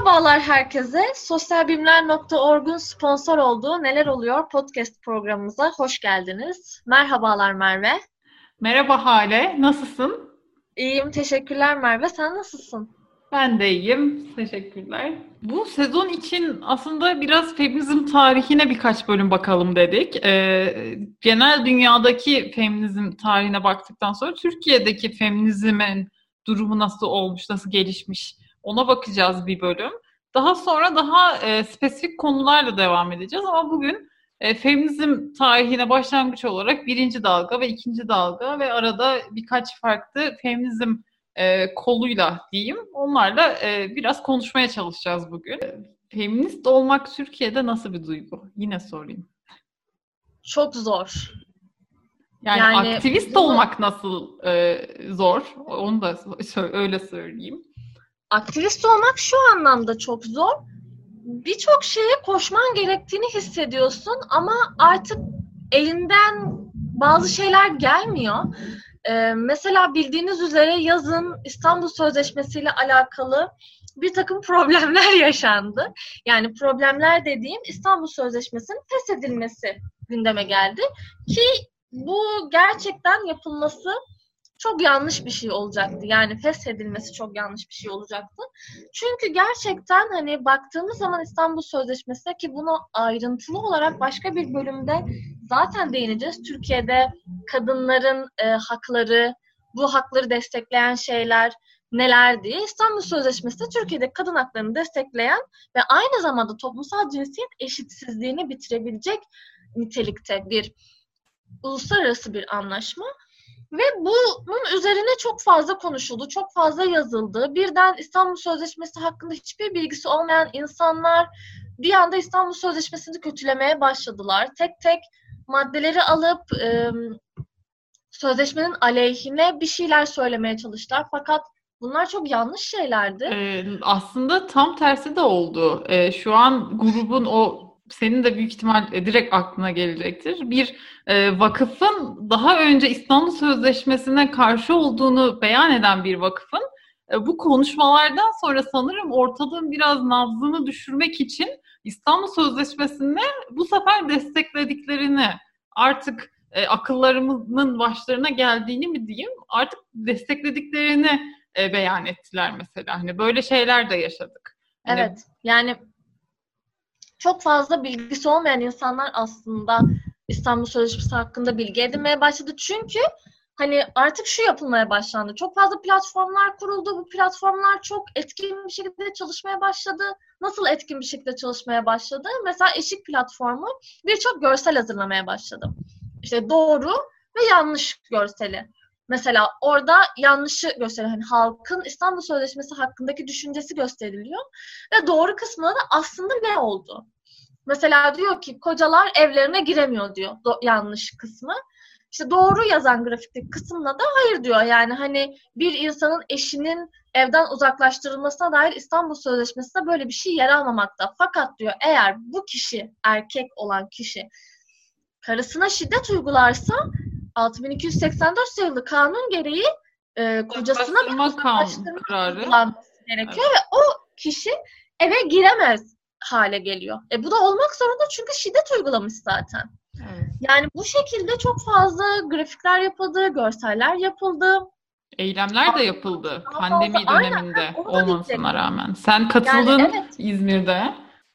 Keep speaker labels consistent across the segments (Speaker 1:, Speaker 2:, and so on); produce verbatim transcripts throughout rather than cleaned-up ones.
Speaker 1: Merhabalar herkese. sosyalbilimler nokta org'un sponsor olduğu Neler Oluyor podcast programımıza hoş geldiniz. Merhabalar Merve.
Speaker 2: Merhaba Hale, nasılsın?
Speaker 1: İyiyim, teşekkürler Merve. Sen nasılsın?
Speaker 2: Ben de iyiyim, teşekkürler. Bu sezon için aslında biraz feminizm tarihine birkaç bölüm bakalım dedik. Ee, genel dünyadaki feminizm tarihine baktıktan sonra Türkiye'deki feminizmin durumu nasıl olmuş, nasıl gelişmiş ona bakacağız bir bölüm. Daha sonra daha e, spesifik konularla devam edeceğiz ama bugün e, feminizm tarihine başlangıç olarak birinci dalga ve ikinci dalga ve arada birkaç farklı feminizm e, koluyla diyeyim. Onlarla e, biraz konuşmaya çalışacağız bugün. E, Feminist olmak Türkiye'de nasıl bir duygu? Yine sorayım.
Speaker 1: Çok zor.
Speaker 2: Yani,
Speaker 1: Yani
Speaker 2: aktivist
Speaker 1: bunu
Speaker 2: olmak nasıl e, zor? Onu da sö- öyle söyleyeyim.
Speaker 1: aktivist olmak şu anlamda çok zor. Birçok şeye koşman gerektiğini hissediyorsun ama artık elinden bazı şeyler gelmiyor. Ee, mesela bildiğiniz üzere yazın İstanbul Sözleşmesi ile alakalı bir takım problemler yaşandı. Yani problemler dediğim İstanbul Sözleşmesi'nin feshedilmesi gündeme geldi. Ki bu gerçekten yapılması çok yanlış bir şey olacaktı. Yani feshedilmesi çok yanlış bir şey olacaktı. Çünkü gerçekten hani baktığımız zaman İstanbul Sözleşmesi'ne, ki bunu ayrıntılı olarak başka bir bölümde zaten değineceğiz. Türkiye'de kadınların e, hakları, bu hakları destekleyen şeyler neler diye. İstanbul Sözleşmesi de Türkiye'de kadın haklarını destekleyen ve aynı zamanda toplumsal cinsiyet eşitsizliğini bitirebilecek nitelikte bir uluslararası bir anlaşma. Ve bunun üzerine çok fazla konuşuldu, çok fazla yazıldı. Birden İstanbul Sözleşmesi hakkında hiçbir bilgisi olmayan insanlar bir anda İstanbul Sözleşmesi'ni kötülemeye başladılar. Tek tek maddeleri alıp e, sözleşmenin aleyhine bir şeyler söylemeye çalıştılar. Fakat bunlar çok yanlış şeylerdi.
Speaker 2: Ee, aslında tam tersi de oldu. Ee, şu an grubun o senin de büyük ihtimal e, direkt aklına gelecektir. Bir e, vakıfın daha önce İstanbul Sözleşmesi'ne karşı olduğunu beyan eden bir vakıfın e, bu konuşmalardan sonra sanırım ortalığın biraz nabzını düşürmek için İstanbul Sözleşmesi'ni bu sefer desteklediklerini artık e, akıllarımızın başlarına geldiğini mi diyeyim artık desteklediklerini e, beyan ettiler mesela. Hani böyle şeyler de yaşadık. Hani
Speaker 1: Evet, yani çok fazla bilgisi olmayan insanlar aslında İstanbul Sözleşmesi hakkında bilgi edinmeye başladı. Çünkü hani artık şu yapılmaya başlandı. Çok fazla platformlar kuruldu. Bu platformlar çok etkin bir şekilde çalışmaya başladı. Nasıl etkin bir şekilde çalışmaya başladı? Mesela Eşik platformu birçok görsel hazırlamaya başladı. İşte doğru ve yanlış görseli. Mesela orada yanlışı gösteriyor. Hani halkın İstanbul Sözleşmesi hakkındaki düşüncesi gösteriliyor. Ve doğru kısmında da aslında ne oldu? Mesela diyor ki kocalar evlerine giremiyor diyor do- yanlış kısmı. İşte doğru yazan grafikteki kısımda da hayır diyor. Yani hani bir insanın eşinin evden uzaklaştırılmasına dair İstanbul Sözleşmesi'nde böyle bir şey yer almamakta. Fakat diyor eğer bu kişi, erkek olan kişi karısına şiddet uygularsa altı bin iki yüz seksen dört sayılı kanun gereği e, kocasına bir
Speaker 2: uzaklaştırma kan
Speaker 1: uzaklaştırma
Speaker 2: kararı.
Speaker 1: uygulanması gerekiyor
Speaker 2: Evet.
Speaker 1: ve o kişi eve giremez hale geliyor. E bu da olmak zorunda çünkü şiddet uygulamış zaten.
Speaker 2: Evet.
Speaker 1: Yani bu şekilde çok fazla grafikler yapıldı, görseller yapıldı.
Speaker 2: Eylemler de yapıldı
Speaker 1: Daha fazla
Speaker 2: pandemi
Speaker 1: aynen
Speaker 2: döneminde
Speaker 1: onu da
Speaker 2: olmasına
Speaker 1: diyecektim.
Speaker 2: rağmen. Sen
Speaker 1: Yani
Speaker 2: katıldın
Speaker 1: evet,
Speaker 2: İzmir'de.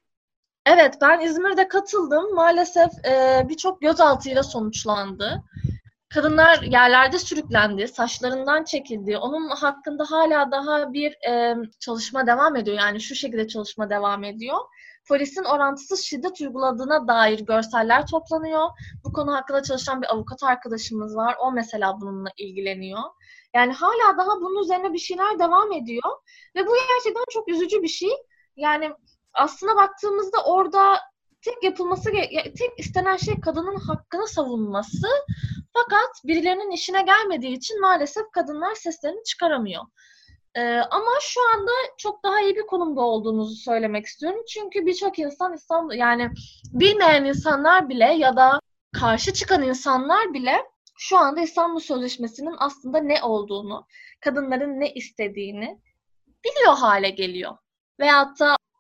Speaker 1: evet ben İzmir'de katıldım. Maalesef e, birçok gözaltıyla sonuçlandı. Kadınlar yerlerde sürüklendi, saçlarından çekildi. Onun hakkında hala daha bir e, çalışma devam ediyor. Yani şu şekilde çalışma devam ediyor. Polisin orantısız şiddet uyguladığına dair görseller toplanıyor. Bu konu hakkında çalışan bir avukat arkadaşımız var. O mesela bununla ilgileniyor. Yani hala daha bunun üzerine bir şeyler devam ediyor. Ve bu gerçekten çok üzücü bir şey. Yani aslına baktığımızda orada tek yapılması, tek istenen şey kadının hakkını savunması. Fakat birilerinin işine gelmediği için maalesef kadınlar seslerini çıkaramıyor. Ee, ama şu anda çok daha iyi bir konumda olduğumuzu söylemek istiyorum. Çünkü birçok insan İstanbul, yani bilmeyen insanlar bile ya da karşı çıkan insanlar bile şu anda İstanbul Sözleşmesi'nin aslında ne olduğunu, kadınların ne istediğini biliyor hale geliyor. Veyahut da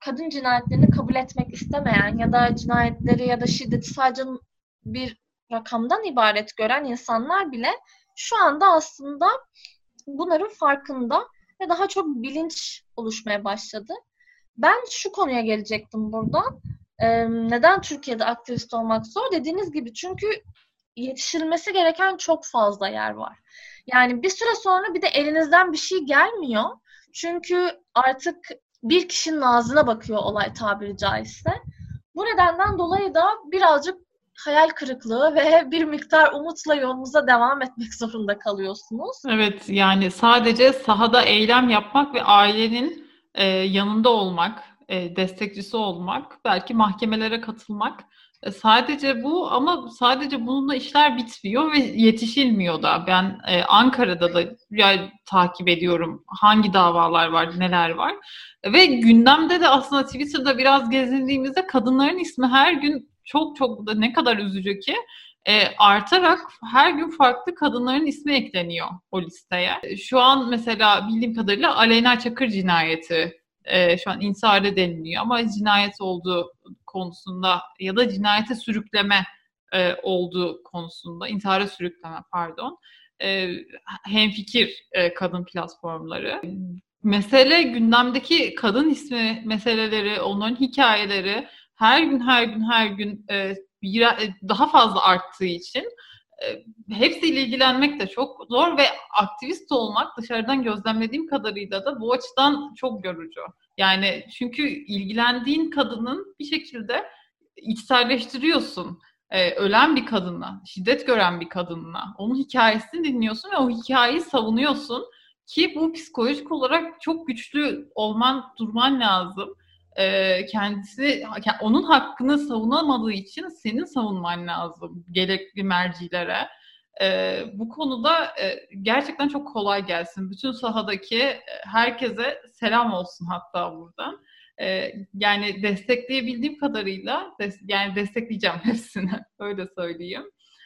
Speaker 1: kadın cinayetlerini kabul etmek istemeyen ya da cinayetleri ya da şiddeti sadece bir rakamdan ibaret gören insanlar bile şu anda aslında bunların farkında ve daha çok bilinç oluşmaya başladı. Ben şu konuya gelecektim buradan. Ee, neden Türkiye'de aktivist olmak zor? Dediğiniz gibi çünkü yetişilmesi gereken çok fazla yer var. Yani bir süre sonra bir de elinizden bir şey gelmiyor. Çünkü artık bir kişinin ağzına bakıyor olay tabiri caizse. Bu nedenden dolayı da birazcık hayal kırıklığı ve bir miktar umutla yolunuza devam etmek zorunda kalıyorsunuz.
Speaker 2: Evet, yani sadece sahada eylem yapmak ve ailenin e, yanında olmak, e, destekçisi olmak, belki mahkemelere katılmak. E, sadece bu ama sadece bununla işler bitmiyor ve yetişilmiyor da. Ben e, Ankara'da da yani, takip ediyorum hangi davalar var, neler var. Ve gündemde de aslında Twitter'da biraz gezindiğimizde kadınların ismi her gün çok çok da ne kadar üzücü ki e, artarak her gün farklı kadınların ismi ekleniyor o listeye. Şu an mesela bildiğim kadarıyla Aleyna Çakır cinayeti e, şu an intihar deniliyor ama cinayet olduğu konusunda ya da cinayete sürükleme e, olduğu konusunda, intihara sürükleme pardon, e, hemfikir e, kadın platformları. Mesele gündemdeki kadın ismi meseleleri, onların hikayeleri her gün her gün her gün e, bir, daha fazla arttığı için e, hepsiyle ilgilenmek de çok zor ve aktivist olmak dışarıdan gözlemlediğim kadarıyla da bu açıdan çok yorucu. Yani çünkü ilgilendiğin kadının bir şekilde içselleştiriyorsun. Ee, ölen bir kadınla, şiddet gören bir kadınla, onun hikayesini dinliyorsun ve o hikayeyi savunuyorsun ki bu psikolojik olarak çok güçlü olman, durman lazım. Ee, kendisi, onun hakkını savunamadığı için senin savunman lazım gerekli mercilere. Ee, bu konuda e, gerçekten çok kolay gelsin. Bütün sahadaki e, herkese selam olsun hatta buradan. Ee, yani destekleyebildiğim kadarıyla des- yani destekleyeceğim hepsini öyle söyleyeyim.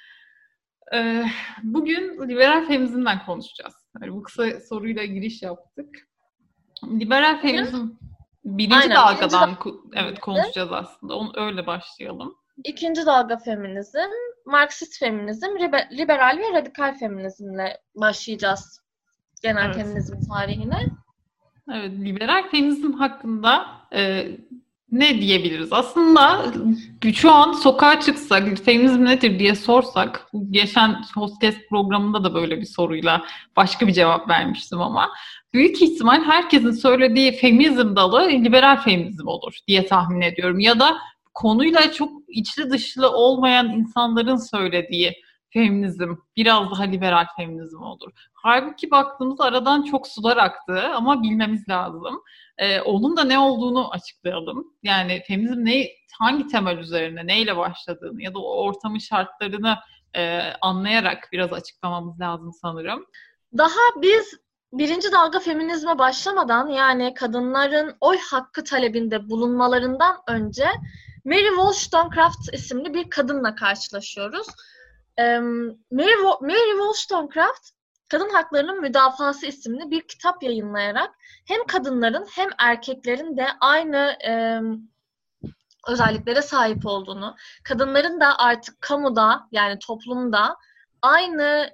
Speaker 2: Ee, bugün liberal feminizmden konuşacağız. Yani bu kısa soruyla giriş yaptık. Liberal feminizm birinci
Speaker 1: Aynen,
Speaker 2: dalgadan
Speaker 1: birinci
Speaker 2: ku- evet konuşacağız aslında. Onu öyle başlayalım.
Speaker 1: İkinci dalga feminizm, Marksist feminizm, liber- liberal ve radikal feminizmle başlayacağız genel
Speaker 2: Evet.
Speaker 1: feminizm tarihine.
Speaker 2: Evet, liberal feminizm hakkında e, ne diyebiliriz? Aslında şu an sokağa çıksak, feminizm nedir diye sorsak, geçen Hostcast programında da böyle bir soruyla başka bir cevap vermiştim ama büyük ihtimal herkesin söylediği feminizm dalı liberal feminizm olur diye tahmin ediyorum. Ya da konuyla çok içli dışlı olmayan insanların söylediği feminizm biraz daha liberal feminizm olur. Halbuki baktığımızda aradan çok sular aktı ama bilmemiz lazım. Ee, onun da ne olduğunu açıklayalım. Yani feminizm ne, hangi temel üzerine, neyle başladığını ya da o ortamın şartlarını e, anlayarak biraz açıklamamız lazım sanırım.
Speaker 1: Daha biz birinci dalga feminizme başlamadan, yani kadınların oy hakkı talebinde bulunmalarından önce Mary Wollstonecraft isimli bir kadınla karşılaşıyoruz. Ee, Mary, Wo- Mary Wollstonecraft Kadın Haklarının Müdafası isimli bir kitap yayınlayarak hem kadınların hem erkeklerin de aynı e, özelliklere sahip olduğunu, kadınların da artık kamuda, yani toplumda aynı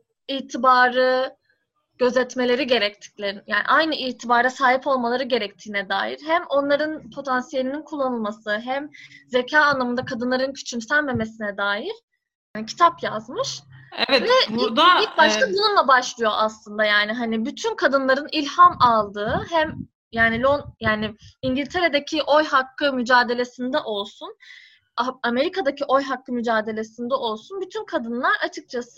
Speaker 1: itibarı gözetmeleri gerektiklerini, yani aynı itibara sahip olmaları gerektiğine dair hem onların potansiyelinin kullanılması hem zeka anlamında kadınların küçümsenmemesine dair yani kitap yazmış.
Speaker 2: Evet,
Speaker 1: Ve
Speaker 2: burada
Speaker 1: ilk, ilk başta
Speaker 2: e,
Speaker 1: bununla başlıyor aslında, yani hani bütün kadınların ilham aldığı hem yani Lon yani İngiltere'deki oy hakkı mücadelesinde olsun, Amerika'daki oy hakkı mücadelesinde olsun bütün kadınlar açıkçası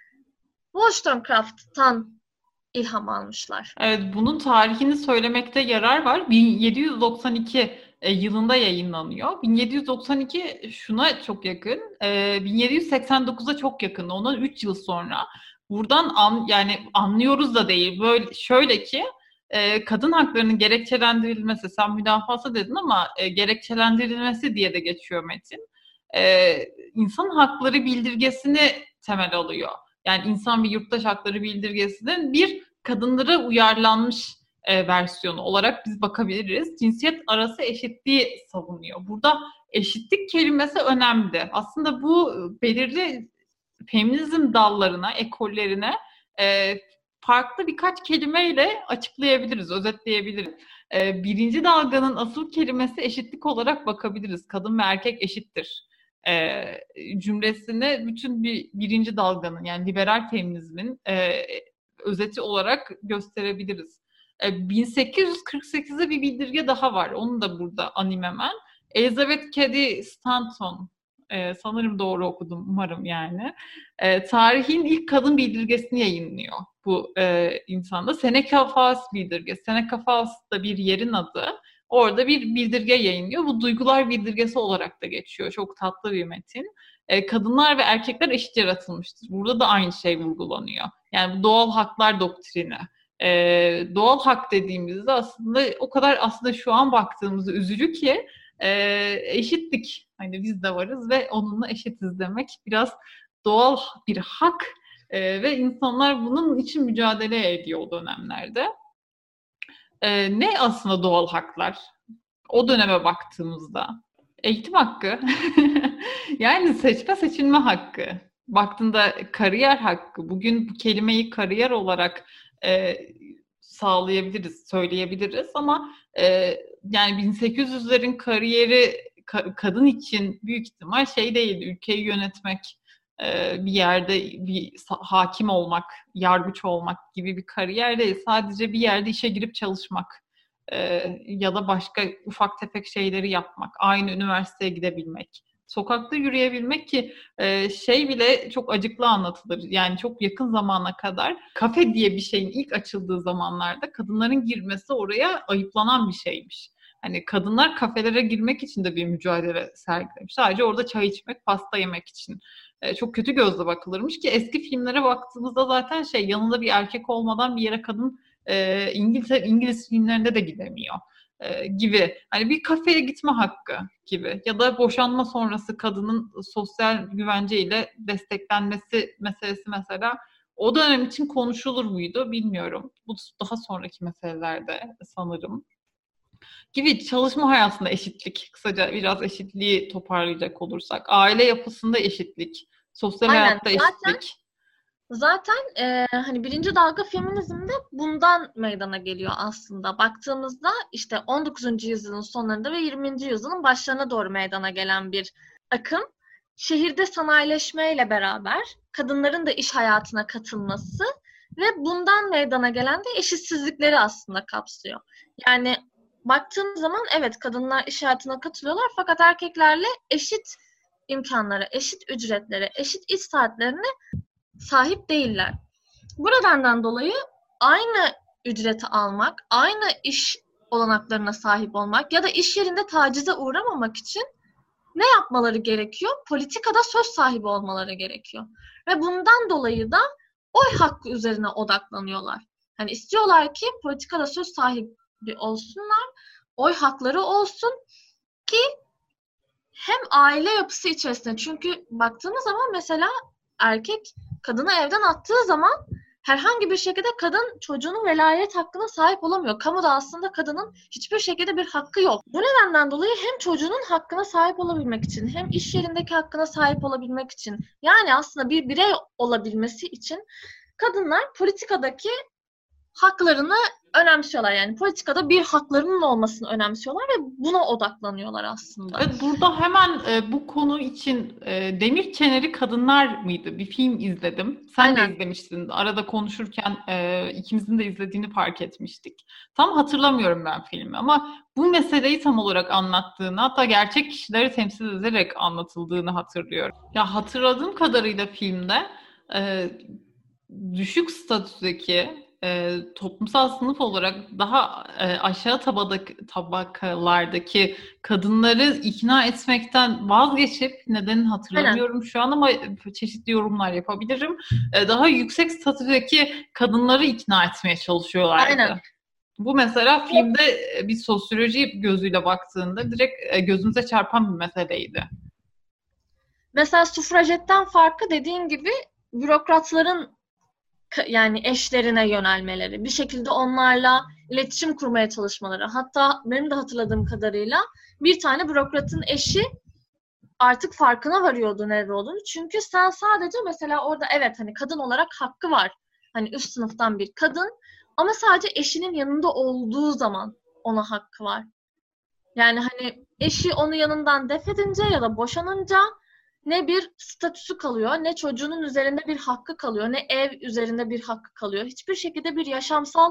Speaker 1: Wollstonecraft'tan ilham almışlar.
Speaker 2: evet, bunun tarihini söylemekte yarar var. bin yedi yüz doksan iki e, yılında yayınlanıyor. bin yedi yüz doksan iki şuna çok yakın. E, bin yedi yüz seksen dokuza çok yakın. Ondan üç yıl sonra. Buradan an, yani anlıyoruz da değil. Böyle şöyle ki e, kadın haklarının gerekçelendirilmesi, sen müdafası dedin ama e, gerekçelendirilmesi diye de geçiyor metin. E, insan hakları bildirgesini temel alıyor. Yani insan ve yurttaş hakları bildirgesinin bir kadınlara uyarlanmış e, versiyonu olarak biz bakabiliriz. Cinsiyet arası eşitliği savunuyor. Burada eşitlik kelimesi önemli. Aslında bu belirli feminizm dallarına, ekollerine e, farklı birkaç kelimeyle açıklayabiliriz, özetleyebiliriz. E, birinci dalganın asıl kelimesi eşitlik olarak bakabiliriz. Kadın ve erkek eşittir e, cümlesini bütün bir birinci dalganın, yani liberal feminizmin e, özeti olarak gösterebiliriz. E, bin sekiz yüz kırk sekizde bir bildirge daha var. Onu da burada anayım hemen. Elizabeth Cady Stanton, e, sanırım doğru okudum, umarım yani. E, tarihin ilk kadın bildirgesini yayınlıyor bu e, insanda. Seneca Falls bildirgesi. Seneca Falls da bir yerin adı. Orada bir bildirge yayınlıyor. Bu duygular bildirgesi olarak da geçiyor. Çok tatlı bir metin. E, kadınlar ve erkekler eşit yaratılmıştır. Burada da aynı şey vurgulanıyor. Yani bu doğal haklar doktrini. E, doğal hak dediğimizde aslında o kadar aslında şu an baktığımızda üzücü ki e, eşitlik. Hani biz de varız ve onunla eşitiz demek biraz doğal bir hak e, ve insanlar bunun için mücadele ediyor o dönemlerde. E, ne aslında doğal haklar? O döneme baktığımızda eğitim hakkı, yani seçme seçilme hakkı, baktığında kariyer hakkı, bugün bu kelimeyi kariyer olarak e, sağlayabiliriz, söyleyebiliriz ama e, yani bin sekiz yüzlerin kariyeri ka- kadın için büyük ihtimal şey değil, ülkeyi yönetmek, e, bir yerde bir hakim olmak, yargıç olmak gibi bir kariyer değil, sadece bir yerde işe girip çalışmak. Ee, ya da başka ufak tefek şeyleri yapmak, aynı üniversiteye gidebilmek, sokakta yürüyebilmek ki e, şey bile çok acıklı anlatılır. Yani çok yakın zamana kadar kafe diye bir şeyin ilk açıldığı zamanlarda kadınların girmesi oraya ayıplanan bir şeymiş. Hani kadınlar kafelere girmek için de bir mücadele sergilemiş. Sadece orada çay içmek, pasta yemek için. E, çok kötü gözle bakılırmış ki eski filmlere baktığımızda zaten şey, yanında bir erkek olmadan bir yere kadın e, İngiliz, İngiliz filmlerinde de gidemiyor e, gibi. Hani bir kafeye gitme hakkı gibi ya da boşanma sonrası kadının sosyal güvenceyle desteklenmesi meselesi mesela o dönem için konuşulur muydu bilmiyorum. Bu daha sonraki meselelerde sanırım. Gibi çalışma hayatında eşitlik, kısaca biraz eşitliği toparlayacak olursak. Aile yapısında eşitlik, sosyal
Speaker 1: Aynen.
Speaker 2: hayatta
Speaker 1: Zaten
Speaker 2: eşitlik.
Speaker 1: zaten e, hani birinci dalga feminizm de bundan meydana geliyor aslında. Baktığımızda işte on dokuzuncu yüzyılın sonlarında ve yirminci yüzyılın başlarına doğru meydana gelen bir akım. Şehirde sanayileşmeyle beraber kadınların da iş hayatına katılması ve bundan meydana gelen de eşitsizlikleri aslında kapsıyor. Yani baktığımız zaman evet, kadınlar iş hayatına katılıyorlar fakat erkeklerle eşit imkanlara, eşit ücretlere, eşit iş saatlerine sahip değiller. Bu nedenden dolayı aynı ücreti almak, aynı iş olanaklarına sahip olmak ya da iş yerinde tacize uğramamak için ne yapmaları gerekiyor? Politikada söz sahibi olmaları gerekiyor. Ve bundan dolayı da oy hakkı üzerine odaklanıyorlar. Yani istiyorlar ki politikada söz sahibi olsunlar, oy hakları olsun ki hem aile yapısı içerisinde, çünkü baktığımız zaman mesela erkek kadını evden attığı zaman herhangi bir şekilde kadın çocuğunun velayet hakkına sahip olamıyor. Kamuda aslında kadının hiçbir şekilde bir hakkı yok. Bu nedenden dolayı hem çocuğunun hakkına sahip olabilmek için hem iş yerindeki hakkına sahip olabilmek için, yani aslında bir birey olabilmesi için kadınlar politikadaki haklarını önemsiyorlar. Yani politikada bir haklarının olmasını önemsiyorlar ve buna odaklanıyorlar aslında.
Speaker 2: Evet, burada hemen e, bu konu için e, Demir Çeneri Kadınlar mıydı? Bir film izledim. Sen
Speaker 1: Aynen.
Speaker 2: de izlemiştin. Arada konuşurken e, ikimizin de izlediğini fark etmiştik. Tam hatırlamıyorum ben filmi ama bu meseleyi tam olarak anlattığını, hatta gerçek kişileri temsil ederek anlatıldığını hatırlıyorum. Ya hatırladığım kadarıyla filmde e, düşük statüdeki e, toplumsal sınıf olarak daha e, aşağı tabadaki, tabakalardaki kadınları ikna etmekten vazgeçip, nedenini hatırlamıyorum şu an ama çeşitli yorumlar yapabilirim. E, daha yüksek statüdeki kadınları ikna etmeye çalışıyorlardı.
Speaker 1: Aynen.
Speaker 2: Bu mesela filmde bir sosyoloji gözüyle baktığında direkt e, gözümüze çarpan bir meseleydi.
Speaker 1: Mesela sufrajetten farkı dediğin gibi bürokratların yani eşlerine yönelmeleri, bir şekilde onlarla iletişim kurmaya çalışmaları. Hatta benim de hatırladığım kadarıyla bir tane bürokratın eşi artık farkına varıyordu nerede olduğunu. Çünkü sen sadece mesela orada evet hani kadın olarak hakkı var. Hani üst sınıftan bir kadın ama sadece eşinin yanında olduğu zaman ona hakkı var. Yani hani eşi onu yanından def edince ya da boşanınca ne bir statüsü kalıyor, ne çocuğunun üzerinde bir hakkı kalıyor, ne ev üzerinde bir hakkı kalıyor. Hiçbir şekilde bir yaşamsal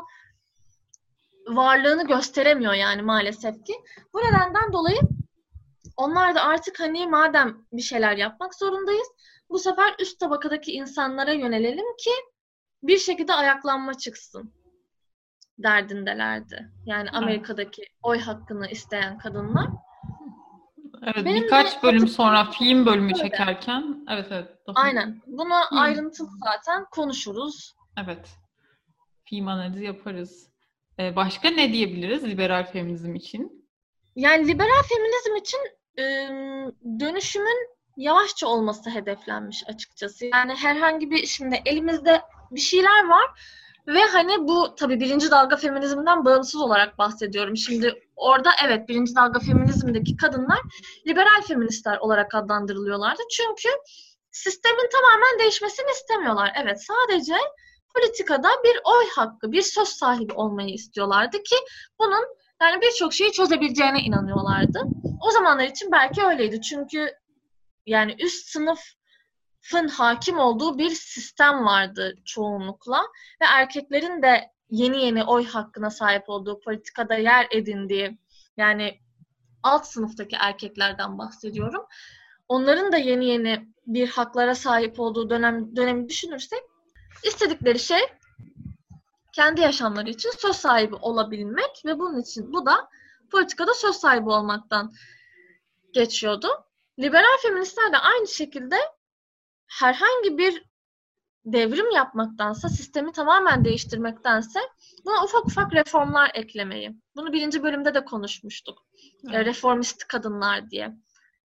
Speaker 1: varlığını gösteremiyor yani maalesef ki. Bu nedenden dolayı onlar da artık hani madem bir şeyler yapmak zorundayız, bu sefer üst tabakadaki insanlara yönelelim ki bir şekilde ayaklanma çıksın derdindelerdi. Yani Amerika'daki oy hakkını isteyen kadınlar.
Speaker 2: Evet,
Speaker 1: Benim
Speaker 2: birkaç
Speaker 1: de
Speaker 2: bölüm sonra film bölümü
Speaker 1: öyle.
Speaker 2: çekerken, evet evet. Daha...
Speaker 1: Aynen. Bunu
Speaker 2: Hı.
Speaker 1: ayrıntılı zaten konuşuruz.
Speaker 2: Evet. Film analizi yaparız. Ee, başka ne diyebiliriz liberal feminizm için?
Speaker 1: Yani liberal feminizm için e, dönüşümün yavaşça olması hedeflenmiş açıkçası. Yani herhangi bir, şimdi elimizde bir şeyler var ve hani bu tabii birinci dalga feminizmden bağımsız olarak bahsediyorum. Şimdi orada evet birinci dalga feminizmdeki kadınlar liberal feministler olarak adlandırılıyorlardı. Çünkü sistemin tamamen değişmesini istemiyorlar. Evet, sadece politikada bir oy hakkı, bir söz sahibi olmayı istiyorlardı ki bunun yani birçok şeyi çözebileceğine inanıyorlardı. O zamanlar için belki öyleydi. Çünkü yani üst sınıfın hakim olduğu bir sistem vardı çoğunlukla ve erkeklerin de yeni yeni oy hakkına sahip olduğu, politikada yer edindiği, yani alt sınıftaki erkeklerden bahsediyorum. Onların da yeni yeni bir haklara sahip olduğu dönem dönemi düşünürsek istedikleri şey kendi yaşamları için söz sahibi olabilmek ve bunun için bu da politikada söz sahibi olmaktan geçiyordu. Liberal feministler de aynı şekilde herhangi bir devrim yapmaktansa, sistemi tamamen değiştirmektense buna ufak ufak reformlar eklemeyi. Bunu birinci bölümde de konuşmuştuk. Evet. Reformist kadınlar diye.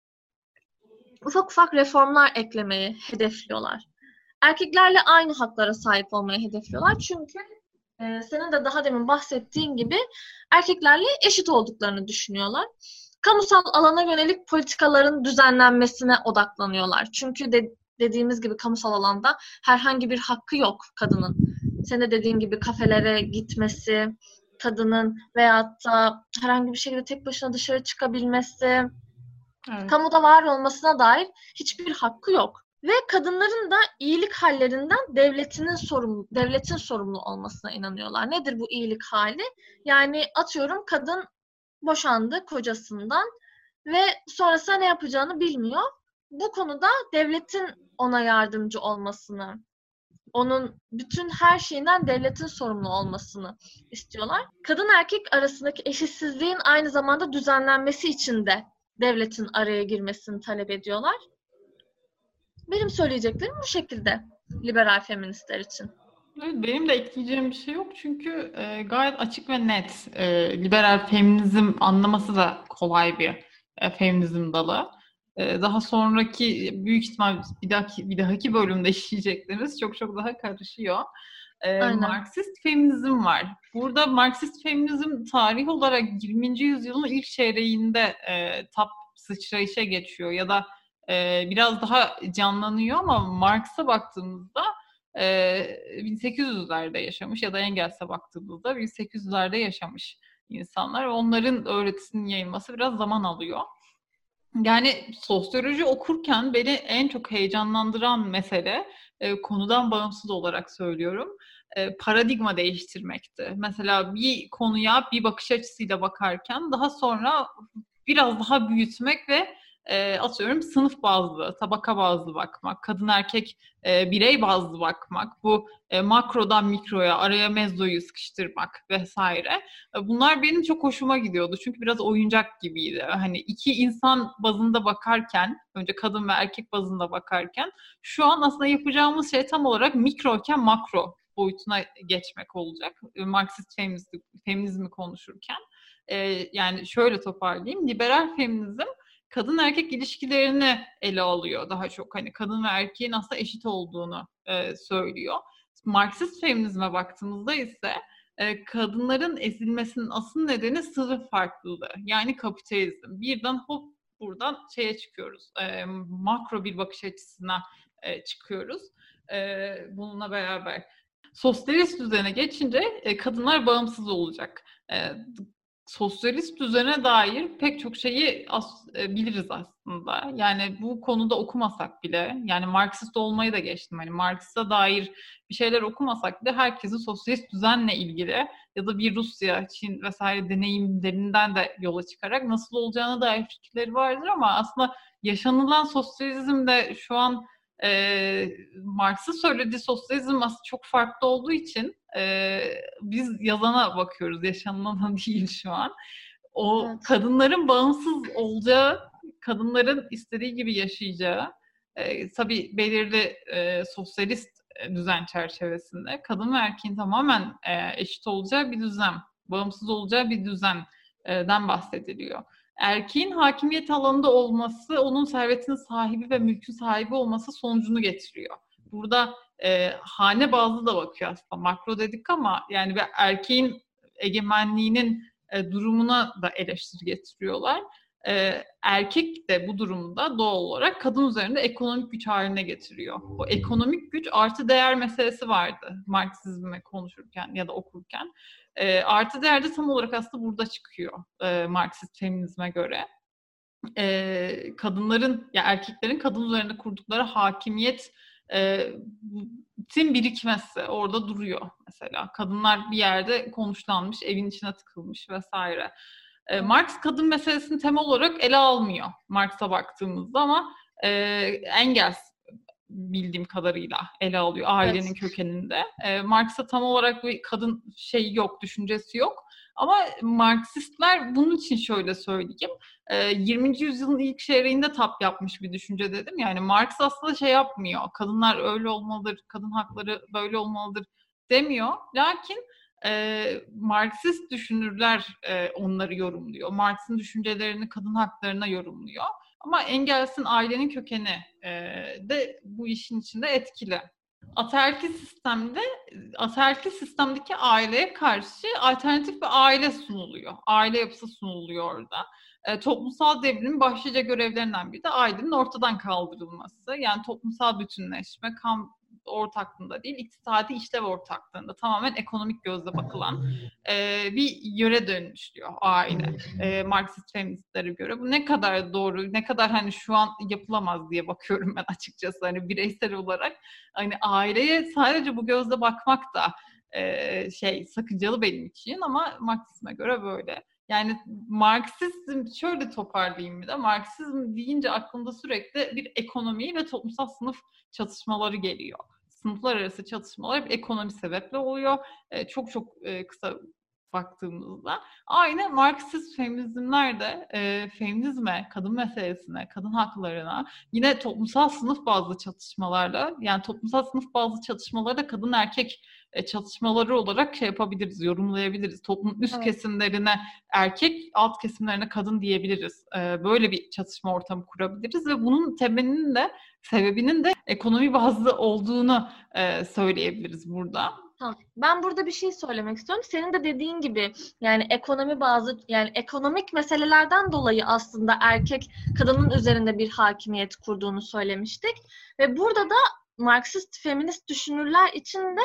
Speaker 1: Ufak ufak reformlar eklemeyi hedefliyorlar. Erkeklerle aynı haklara sahip olmayı hedefliyorlar. Çünkü e, senin de daha demin bahsettiğin gibi erkeklerle eşit olduklarını düşünüyorlar. Kamusal alana yönelik politikaların düzenlenmesine odaklanıyorlar. Çünkü de, dediğimiz gibi kamusal alanda herhangi bir hakkı yok kadının. Senin de dediğin gibi kafelere gitmesi, kadının veyahut da herhangi bir şekilde tek başına dışarı çıkabilmesi, evet, kamuda var olmasına dair hiçbir hakkı yok. Ve kadınların da iyilik hallerinden devletinin sorumlu, devletin sorumlu olmasına inanıyorlar. Nedir bu iyilik hali? Yani atıyorum kadın boşandı kocasından ve sonrasında ne yapacağını bilmiyor. Bu konuda devletin ona yardımcı olmasını, onun bütün her şeyinden devletin sorumlu olmasını istiyorlar. Kadın erkek arasındaki eşitsizliğin aynı zamanda düzenlenmesi için de devletin araya girmesini talep ediyorlar. Benim söyleyeceklerim bu şekilde liberal feministler için.
Speaker 2: Evet, benim de ekleyeceğim bir şey yok çünkü e, gayet açık ve net. E, liberal feminizm anlaması da kolay bir e, feminizm dalı. E, daha sonraki büyük ihtimal bir dahaki, bir dahaki bölümde işleyeceklerimiz çok çok daha karışıyor. E, Marksist feminizm var. Burada Marksist feminizm tarih olarak yirminci yüzyılın ilk çeyreğinde e, tap sıçrayışa geçiyor ya da e, biraz daha canlanıyor ama Marx'a baktığımızda bin sekiz yüzlerde yaşamış ya da Engels'e baktığımızda bin sekiz yüzlerde yaşamış insanlar. Onların öğretisinin yayılması biraz zaman alıyor. Yani sosyoloji okurken beni en çok heyecanlandıran mesele, konudan bağımsız olarak söylüyorum, paradigma değiştirmekti. Mesela bir konuya bir bakış açısıyla bakarken daha sonra biraz daha büyütmek ve E, atıyorum sınıf bazlı, tabaka bazlı bakmak, kadın erkek e, birey bazlı bakmak, bu e, makrodan mikroya, araya mezoyu sıkıştırmak vesaire. E, bunlar benim çok hoşuma gidiyordu. Çünkü biraz oyuncak gibiydi. Hani iki insan bazında bakarken, önce kadın ve erkek bazında bakarken, şu an aslında yapacağımız şey tam olarak mikroyken makro boyutuna geçmek olacak. Marksist feminizmi, feminizmi konuşurken. E, yani şöyle toparlayayım. Liberal feminizm kadın erkek ilişkilerini ele alıyor daha çok. Hani kadın ve erkeğin aslında eşit olduğunu e, söylüyor. Marksist feminizme baktığımızda ise e, kadınların ezilmesinin asıl nedeni sınıf farklılığı. Yani kapitalizm. Birden hop buradan şeye çıkıyoruz. E, makro bir bakış açısına e, çıkıyoruz. E, bununla beraber sosyalist düzene geçince e, kadınlar bağımsız olacak. E, sosyalist düzene dair pek çok şeyi as, e, biliriz aslında. Yani bu konuda okumasak bile, yani Marksist olmayı da geçtim. Hani Marks'a dair bir şeyler okumasak bile herkesin sosyalist düzenle ilgili ya da bir Rusya, Çin vesaire deneyimlerinden de yola çıkarak nasıl olacağına dair fikirleri vardır ama aslında yaşanılan sosyalizm de şu an e, Marx'ın söylediği sosyalizm aslında çok farklı olduğu için e, biz yazana bakıyoruz, yaşanılana değil şu an. O
Speaker 1: Evet.
Speaker 2: kadınların bağımsız olacağı, kadınların istediği gibi yaşayacağı, e, tabii belirli e, sosyalist düzen çerçevesinde kadın ve erkeğin tamamen e, eşit olacağı bir düzen, bağımsız olacağı bir düzenden bahsediliyor. Erkeğin hakimiyet alanında olması, onun servetinin sahibi ve mülkün sahibi olması sonucunu getiriyor. Burada e, hane bazlı da bakıyor aslında. Makro dedik ama yani bir erkeğin egemenliğinin e, durumuna da eleştiri getiriyorlar. E, erkek de bu durumda doğal olarak kadın üzerinde ekonomik güç haline getiriyor. O ekonomik güç artı değer meselesi vardı Marksizmi konuşurken ya da okurken. E, artı değer de tam olarak aslında burada çıkıyor e, Marksist feminizme göre. E, kadınların, ya erkeklerin kadın üzerinde kurdukları hakimiyet e, tin birikmesi orada duruyor mesela. Kadınlar bir yerde konuşlanmış, evin içine tıkılmış vesaire. E, Marx kadın meselesini temel olarak ele almıyor Marx'a baktığımızda ama e, Engels bildiğim kadarıyla ele alıyor ailenin evet. kökeninde. E, Marx'a tam olarak bir kadın şeyi yok, düşüncesi yok. Ama Marksistler bunun için şöyle söyleyeyim. E, yirminci yüzyılın ilk çeyreğinde tap yapmış bir düşünce dedim. Yani Marx aslında şey yapmıyor. Kadınlar öyle olmalıdır, kadın hakları böyle olmalıdır demiyor. Lakin e, Marksist düşünürler e, onları yorumluyor. Marx'ın düşüncelerini kadın haklarına yorumluyor. Ama Engels'in ailenin kökeni e, de bu işin içinde etkili. Ataerkil sistemde, ataerkil sistemdeki aileye karşı alternatif bir aile sunuluyor. Aile yapısı sunuluyor orada. E, toplumsal devrimin başlıca görevlerinden biri de ailenin ortadan kaldırılması. Yani toplumsal bütünleşme, kam ortaklığında değil, iktisadi işlev ortaklığında tamamen ekonomik gözle bakılan e, bir yöre dönüşüyor aile. E, Marksist feministlere göre. Bu ne kadar doğru, ne kadar hani şu an yapılamaz diye bakıyorum ben açıkçası. Hani bireysel olarak hani aileye sadece bu gözle bakmak da e, şey sakıncalı benim için ama Marksizme göre böyle. Yani Marksizm, şöyle toparlayayım bir de, Marksizm deyince aklımda sürekli bir ekonomi ve toplumsal sınıf çatışmaları geliyor. Sınıflar arası çatışmalar bir ekonomi sebeple oluyor. E, çok çok e, kısa baktığımızda. Aynı Marksist feminizmler de e, feminizme, kadın meselesine, kadın haklarına yine toplumsal sınıf bazlı çatışmalarla, yani toplumsal sınıf bazlı çatışmaları da kadın erkek e, çatışmaları olarak şey yapabiliriz, yorumlayabiliriz. Toplumun üst evet. kesimlerine erkek, alt kesimlerine kadın diyebiliriz. E, böyle bir çatışma ortamı kurabiliriz ve bunun temelinin de, sebebinin de ekonomi bazlı olduğunu e, söyleyebiliriz burada.
Speaker 1: Tamam. Ben burada bir şey söylemek istiyorum. Senin de dediğin gibi yani ekonomi bazı, yani ekonomik meselelerden dolayı aslında erkek kadının üzerinde bir hakimiyet kurduğunu söylemiştik. Ve burada da Marksist feminist düşünürler için de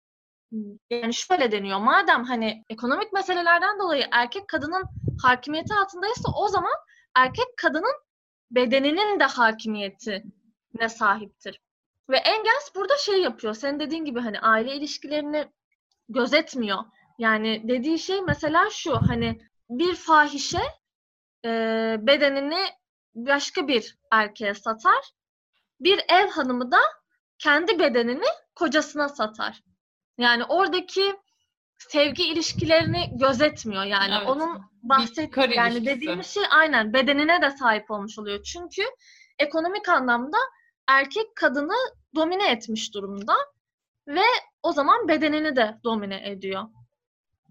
Speaker 1: yani şöyle deniyor. Madem hani ekonomik meselelerden dolayı erkek kadının hakimiyeti altındaysa o zaman erkek kadının bedeninin de hakimiyetine sahiptir. Ve Engels burada şey yapıyor. Senin dediğin gibi hani aile ilişkilerini gözetmiyor. Yani dediği şey mesela şu, hani bir fahişe e, bedenini başka bir erkeğe satar. Bir ev hanımı da kendi bedenini kocasına satar. Yani oradaki sevgi ilişkilerini gözetmiyor. Yani evet. onun bahsettiği yani dediğimiz şey aynen bedenine de sahip olmuş oluyor. Çünkü ekonomik anlamda erkek kadını domine etmiş durumda ve o zaman bedenini de domine ediyor.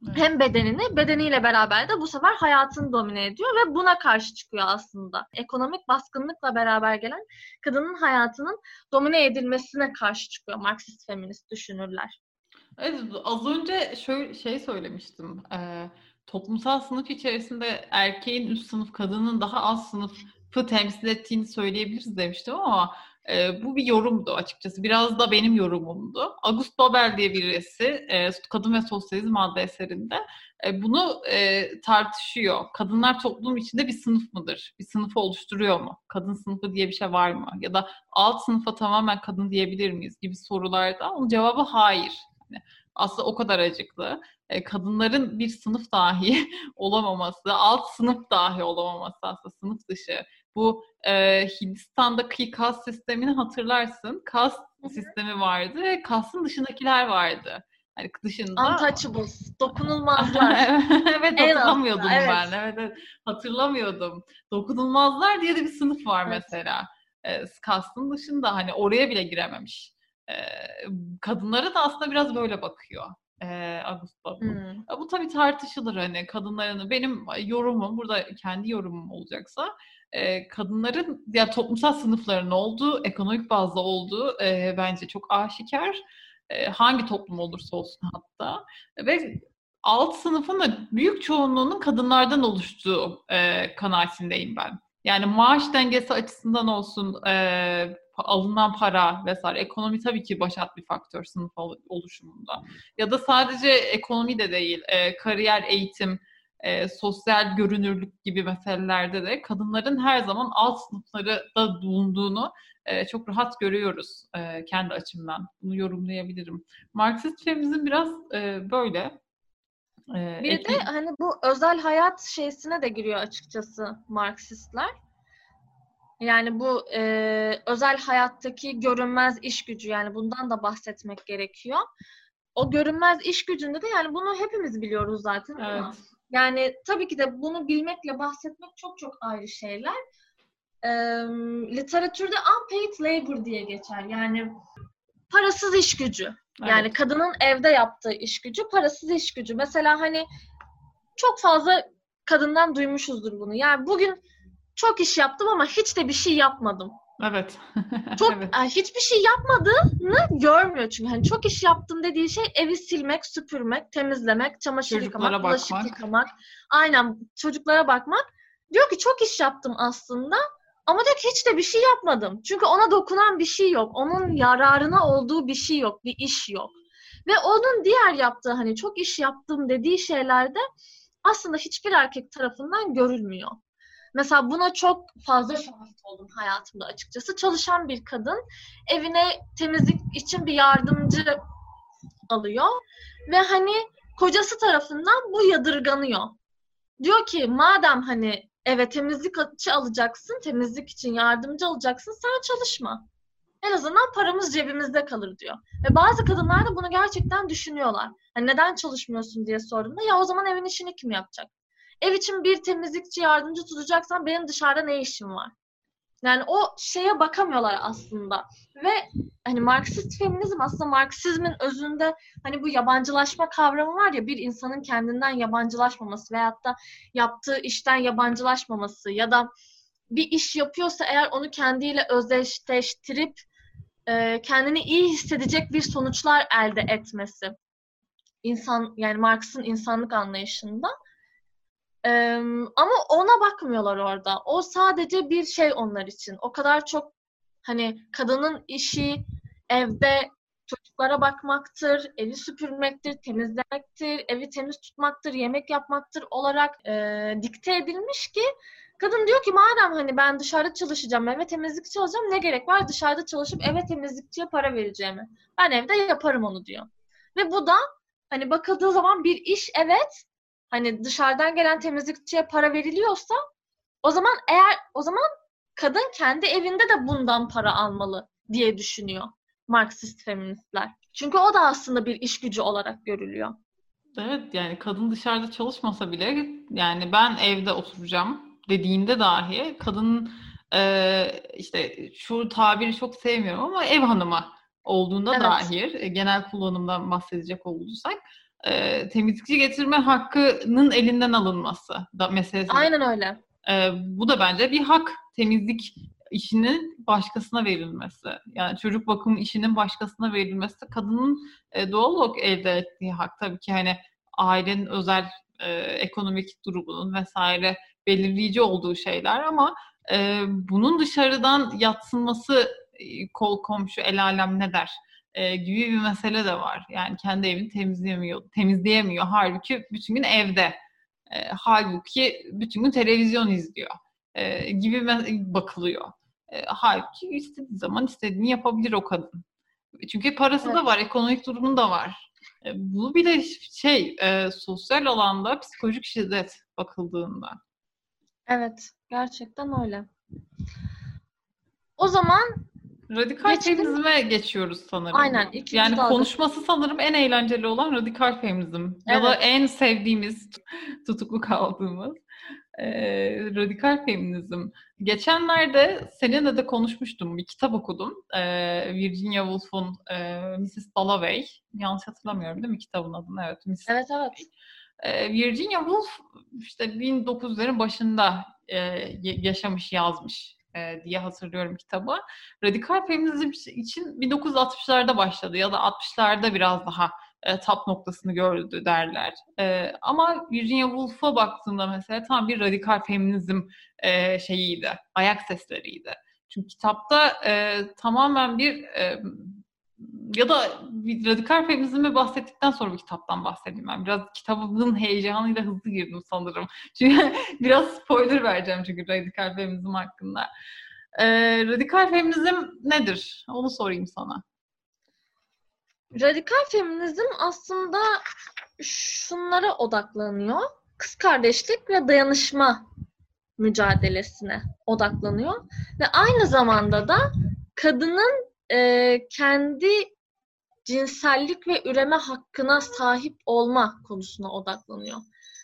Speaker 2: Evet.
Speaker 1: Hem bedenini, bedeniyle beraber de bu sefer hayatını domine ediyor ve buna karşı çıkıyor aslında. Ekonomik baskınlıkla beraber gelen kadının hayatının domine edilmesine karşı çıkıyor Marksist feminist düşünürler.
Speaker 2: Evet, az önce şöyle şey söylemiştim. Ee, toplumsal sınıf içerisinde erkeğin üst sınıf, kadının daha alt sınıfı temsil ettiğini söyleyebiliriz demiştim ama e, bu bir yorumdu açıkçası. Biraz da benim yorumumdu. August Bebel diye birisi e, Kadın ve Sosyalizm adlı eserinde e, bunu e, tartışıyor. Kadınlar toplum içinde bir sınıf mıdır? Bir sınıfı oluşturuyor mu? Kadın sınıfı diye bir şey var mı? Ya da alt sınıfa tamamen kadın diyebilir miyiz gibi sorularda onun cevabı hayır. Aslında o kadar acıklı. E, kadınların bir sınıf dahi olamaması, alt sınıf dahi olamaması aslında sınıf dışı. Bu e, Hindistan'daki kas sistemini hatırlarsın. Kas sistemi vardı ve kasın dışındakiler vardı. Hani dışında...
Speaker 1: Untouchables, dokunulmazlar.
Speaker 2: Evet,
Speaker 1: En
Speaker 2: hatırlamıyordum
Speaker 1: altta, evet.
Speaker 2: ben. Evet, evet, hatırlamıyordum. Dokunulmazlar diye de bir sınıf var
Speaker 1: Evet.
Speaker 2: mesela. E, kasın dışında hani oraya bile girememiş. E, kadınlara da aslında biraz böyle bakıyor. E, Augusta.
Speaker 1: Hmm.
Speaker 2: Bu tabii tartışılır hani kadınların. Benim yorumum burada kendi yorumum olacaksa e, kadınların ya toplumsal sınıfların olduğu, ekonomik bazda olduğu e, bence çok aşikar. E, hangi toplum olursa olsun hatta ve alt sınıfın da büyük çoğunluğunun kadınlardan oluştuğu e, kanaatindeyim ben. Yani maaş dengesi açısından olsun, e, alınan para vesaire, ekonomi tabii ki başat bir faktör sınıf oluşumunda. Ya da sadece ekonomi de değil, e, kariyer, eğitim, e, sosyal görünürlük gibi meselelerde de kadınların her zaman alt sınıfları da bulunduğunu e, çok rahat görüyoruz e, kendi açımdan. Bunu yorumlayabilirim. Marksist feminizm biraz e, böyle. E,
Speaker 1: Bir
Speaker 2: ekli...
Speaker 1: de hani bu özel hayat şeysine de giriyor açıkçası Marksistler. Yani bu e, özel hayattaki görünmez iş gücü, yani bundan da bahsetmek gerekiyor. O görünmez iş gücünde de yani bunu hepimiz biliyoruz zaten
Speaker 2: Evet.
Speaker 1: ama yani tabii ki de bunu bilmekle bahsetmek çok çok ayrı şeyler. E, literatürde unpaid labor diye geçer. Yani parasız iş gücü. Yani
Speaker 2: Evet.
Speaker 1: kadının evde yaptığı iş gücü, parasız iş gücü. Mesela hani çok fazla kadından duymuşuzdur bunu. Yani bugün çok iş yaptım ama hiç de bir şey yapmadım.
Speaker 2: Evet.
Speaker 1: Çok
Speaker 2: Evet.
Speaker 1: yani hiçbir şey yapmadığını görmüyor çünkü. Hani çok iş yaptım dediği şey evi silmek, süpürmek, temizlemek, çamaşır
Speaker 2: Çocuklara
Speaker 1: yıkamak, bulaşık
Speaker 2: bakmak.
Speaker 1: yıkamak. Aynen, çocuklara bakmak. Diyor ki çok iş yaptım aslında ama diyor ki hiç de bir şey yapmadım. Çünkü ona dokunan bir şey yok. Onun yararına olduğu bir şey yok, bir iş yok. Ve onun diğer yaptığı hani çok iş yaptım dediği şeylerde aslında hiçbir erkek tarafından görülmüyor. Mesela buna çok fazla şahit oldum hayatımda açıkçası. Çalışan bir kadın evine temizlik için bir yardımcı alıyor ve hani kocası tarafından bu yadırganıyor. Diyor ki madem hani eve temizlikçi alacaksın, temizlik için yardımcı alacaksın, sen çalışma. En azından paramız cebimizde kalır diyor. Ve bazı kadınlar da bunu gerçekten düşünüyorlar. Hani neden çalışmıyorsun diye sorduğumda ya o zaman evin işini kim yapacak? Ev için bir temizlikçi yardımcı tutacaksan benim dışarıda ne işim var? Yani o şeye bakamıyorlar aslında. Ve hani Marksist feminizm aslında Marksizmin özünde hani bu yabancılaşma kavramı var ya, bir insanın kendinden yabancılaşmaması veyahut da yaptığı işten yabancılaşmaması ya da bir iş yapıyorsa eğer onu kendiyle özdeşleştirip e, kendini iyi hissedecek bir sonuçlar elde etmesi. İnsan, yani Marx'ın insanlık anlayışında. Ee, ama ona bakmıyorlar orada. O sadece bir şey onlar için. O kadar çok hani kadının işi evde çocuklara bakmaktır, evi süpürmektir, temizlemektir, evi temiz tutmaktır, yemek yapmaktır olarak e, dikte edilmiş ki kadın diyor ki madem hani ben dışarıda çalışacağım, eve temizlikçi olacağım, ne gerek var dışarıda çalışıp eve temizlikçiye para vereceğime? Ben evde yaparım onu diyor. Ve bu da hani bakıldığı zaman bir iş, evet. Hani dışarıdan gelen temizlikçiye para veriliyorsa o zaman eğer o zaman kadın kendi evinde de bundan para almalı diye düşünüyor Marksist feministler. Çünkü o da aslında bir iş gücü olarak görülüyor.
Speaker 2: Evet, yani kadın dışarıda çalışmasa bile yani ben evde oturacağım dediğinde dahi kadının e, işte şu tabiri çok sevmiyorum ama ev hanımı olduğunda
Speaker 1: Evet.
Speaker 2: dahi e, genel kullanımdan bahsedecek olursak e, temizlikçi getirme hakkının elinden alınması da meselesi.
Speaker 1: Aynen öyle.
Speaker 2: E, bu da bence bir hak. Temizlik işinin başkasına verilmesi. Yani çocuk bakımı işinin başkasına verilmesi kadının e, doğal olarak elde ettiği hak. Tabii ki hani ailenin özel e, ekonomik durumunun vesaire belirleyici olduğu şeyler ama e, bunun dışarıdan yadsınması e, kol komşu el alem ne der e, gibi bir mesele de var. Yani kendi evini temizleyemiyor, temizleyemiyor. Halbuki bütün gün evde. E, halbuki bütün gün televizyon izliyor e, gibi me- bakılıyor. E, halbuki istediği zaman istediğini yapabilir o kadın. Çünkü parası
Speaker 1: Evet.
Speaker 2: da var, ekonomik durumu da var. E, bu bir de şey, e, sosyal alanda psikolojik şiddet bakıldığında.
Speaker 1: Evet, gerçekten öyle. O zaman
Speaker 2: Radikal
Speaker 1: geçelim.
Speaker 2: feminizme geçiyoruz sanırım.
Speaker 1: Aynen. ikinci
Speaker 2: Yani
Speaker 1: dalga.
Speaker 2: konuşması sanırım en eğlenceli olan radikal feminizm. Ya da
Speaker 1: Evet.
Speaker 2: en sevdiğimiz, tutuklu kaldığımız e, radikal feminizm. Geçenlerde seninle de konuşmuştum. Bir kitap okudum. E, Virginia Woolf'un e, missus Dalloway. Yanlış hatırlamıyorum değil mi kitabın adını? Evet, missus
Speaker 1: Evet, evet.
Speaker 2: E, Virginia Woolf işte bin dokuz yüzlerin başında e, yaşamış, yazmış e, diye hatırlıyorum kitabı. Radikal feminizm için bin dokuz yüz altmışlarda başladı ya da altmışlarda biraz daha e, tap noktasını gördü derler. E, ama Virginia Woolf'a baktığımda mesela tam bir radikal feminizm e, şeyiydi, ayak sesleriydi. Çünkü kitapta e, tamamen bir e, ya da bir radikal feminizmi bahsettikten sonra bir kitaptan bahsedeyim ben. Biraz kitabın heyecanıyla hızlı girdim sanırım. Çünkü biraz spoiler vereceğim çünkü radikal feminizm hakkında. Ee, radikal feminizm nedir? Onu sorayım sana.
Speaker 1: Radikal feminizm aslında şunlara odaklanıyor. Kız kardeşlik ve dayanışma mücadelesine odaklanıyor. Ve aynı zamanda da kadının e, kendi cinsellik ve üreme hakkına sahip olma konusuna odaklanıyor.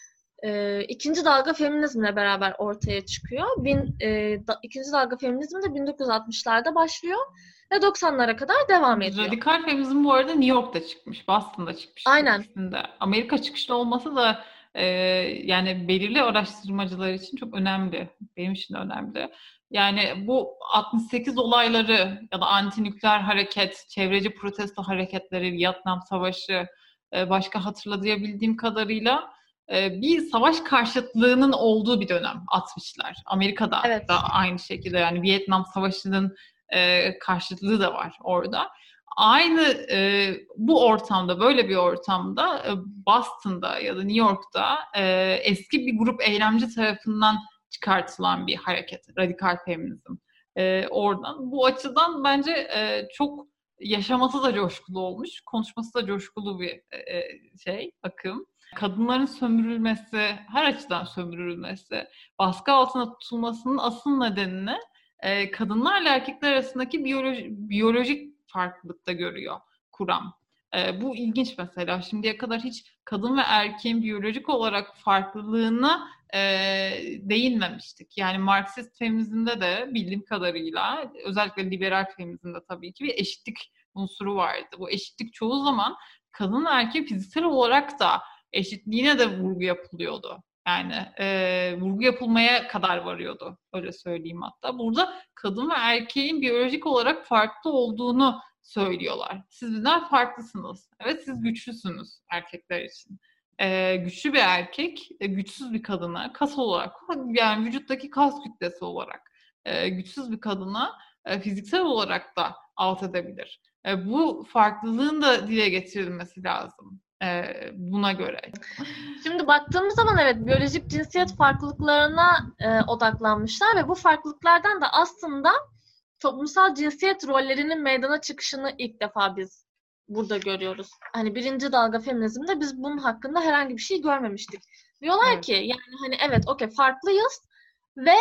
Speaker 1: E, ikinci dalga feminizmle beraber ortaya çıkıyor. Bin, e, da, ikinci dalga feminizm de bin dokuz yüz altmışlarda başlıyor ve doksanlara kadar devam ediyor.
Speaker 2: Radikal feminizm bu arada New York'ta çıkmış, Boston'da çıkmış.
Speaker 1: Aynen.
Speaker 2: İkisinde. Amerika çıkışlı olması da e, yani belirli araştırmacılar için çok önemli. Benim için de önemli. Yani bu altmış sekiz olayları ya da antinükleer hareket, çevreci protesto hareketleri, Vietnam Savaşı, e, başka hatırlayabildiğim kadarıyla e, bir savaş karşıtlığının olduğu bir dönem altmışlar. Amerika'da
Speaker 1: Evet.
Speaker 2: da aynı şekilde yani Vietnam Savaşı'nın e, karşıtlığı da var orada. Aynı e, bu ortamda, böyle bir ortamda e, Boston'da ya da New York'ta e, eski bir grup eylemci tarafından çıkartılan bir hareket, radikal feminizm. E, oradan. Bu açıdan bence e, çok yaşaması da coşkulu olmuş, konuşması da coşkulu bir e, şey, akım. Kadınların sömürülmesi, her açıdan sömürülmesi, baskı altında tutulmasının asıl nedenini e, kadınlarla erkekler arasındaki biyoloji, biyolojik farklılıkta görüyor kuram. E, bu ilginç mesela. Şimdiye kadar hiç kadın ve erkeğin biyolojik olarak farklılığına e, değinmemiştik. Yani Marksist feminizmde de bildiğim kadarıyla, özellikle liberal feminizmde tabii ki bir eşitlik unsuru vardı. Bu eşitlik çoğu zaman kadın ve erkeğin fiziksel olarak da eşitliğine de vurgu yapılıyordu. Yani e, vurgu yapılmaya kadar varıyordu. Öyle söyleyeyim hatta. Burada kadın ve erkeğin biyolojik olarak farklı olduğunu söylüyorlar. Siz bizden farklısınız. Evet, siz güçlüsünüz erkekler için. E, güçlü bir erkek, e, güçsüz bir kadına kas olarak, yani vücuttaki kas kütlesi olarak e, güçsüz bir kadına e, fiziksel olarak da alt edebilir. E, bu farklılığın da dile getirilmesi lazım. Ee, buna göre.
Speaker 1: Şimdi baktığımız zaman evet biyolojik cinsiyet farklılıklarına e, odaklanmışlar ve bu farklılıklardan da aslında toplumsal cinsiyet rollerinin meydana çıkışını ilk defa biz burada görüyoruz. Hani birinci dalga feminizmde biz bunun hakkında herhangi bir şey görmemiştik. Diyorlar
Speaker 2: Evet.
Speaker 1: ki yani hani evet okey farklıyız ve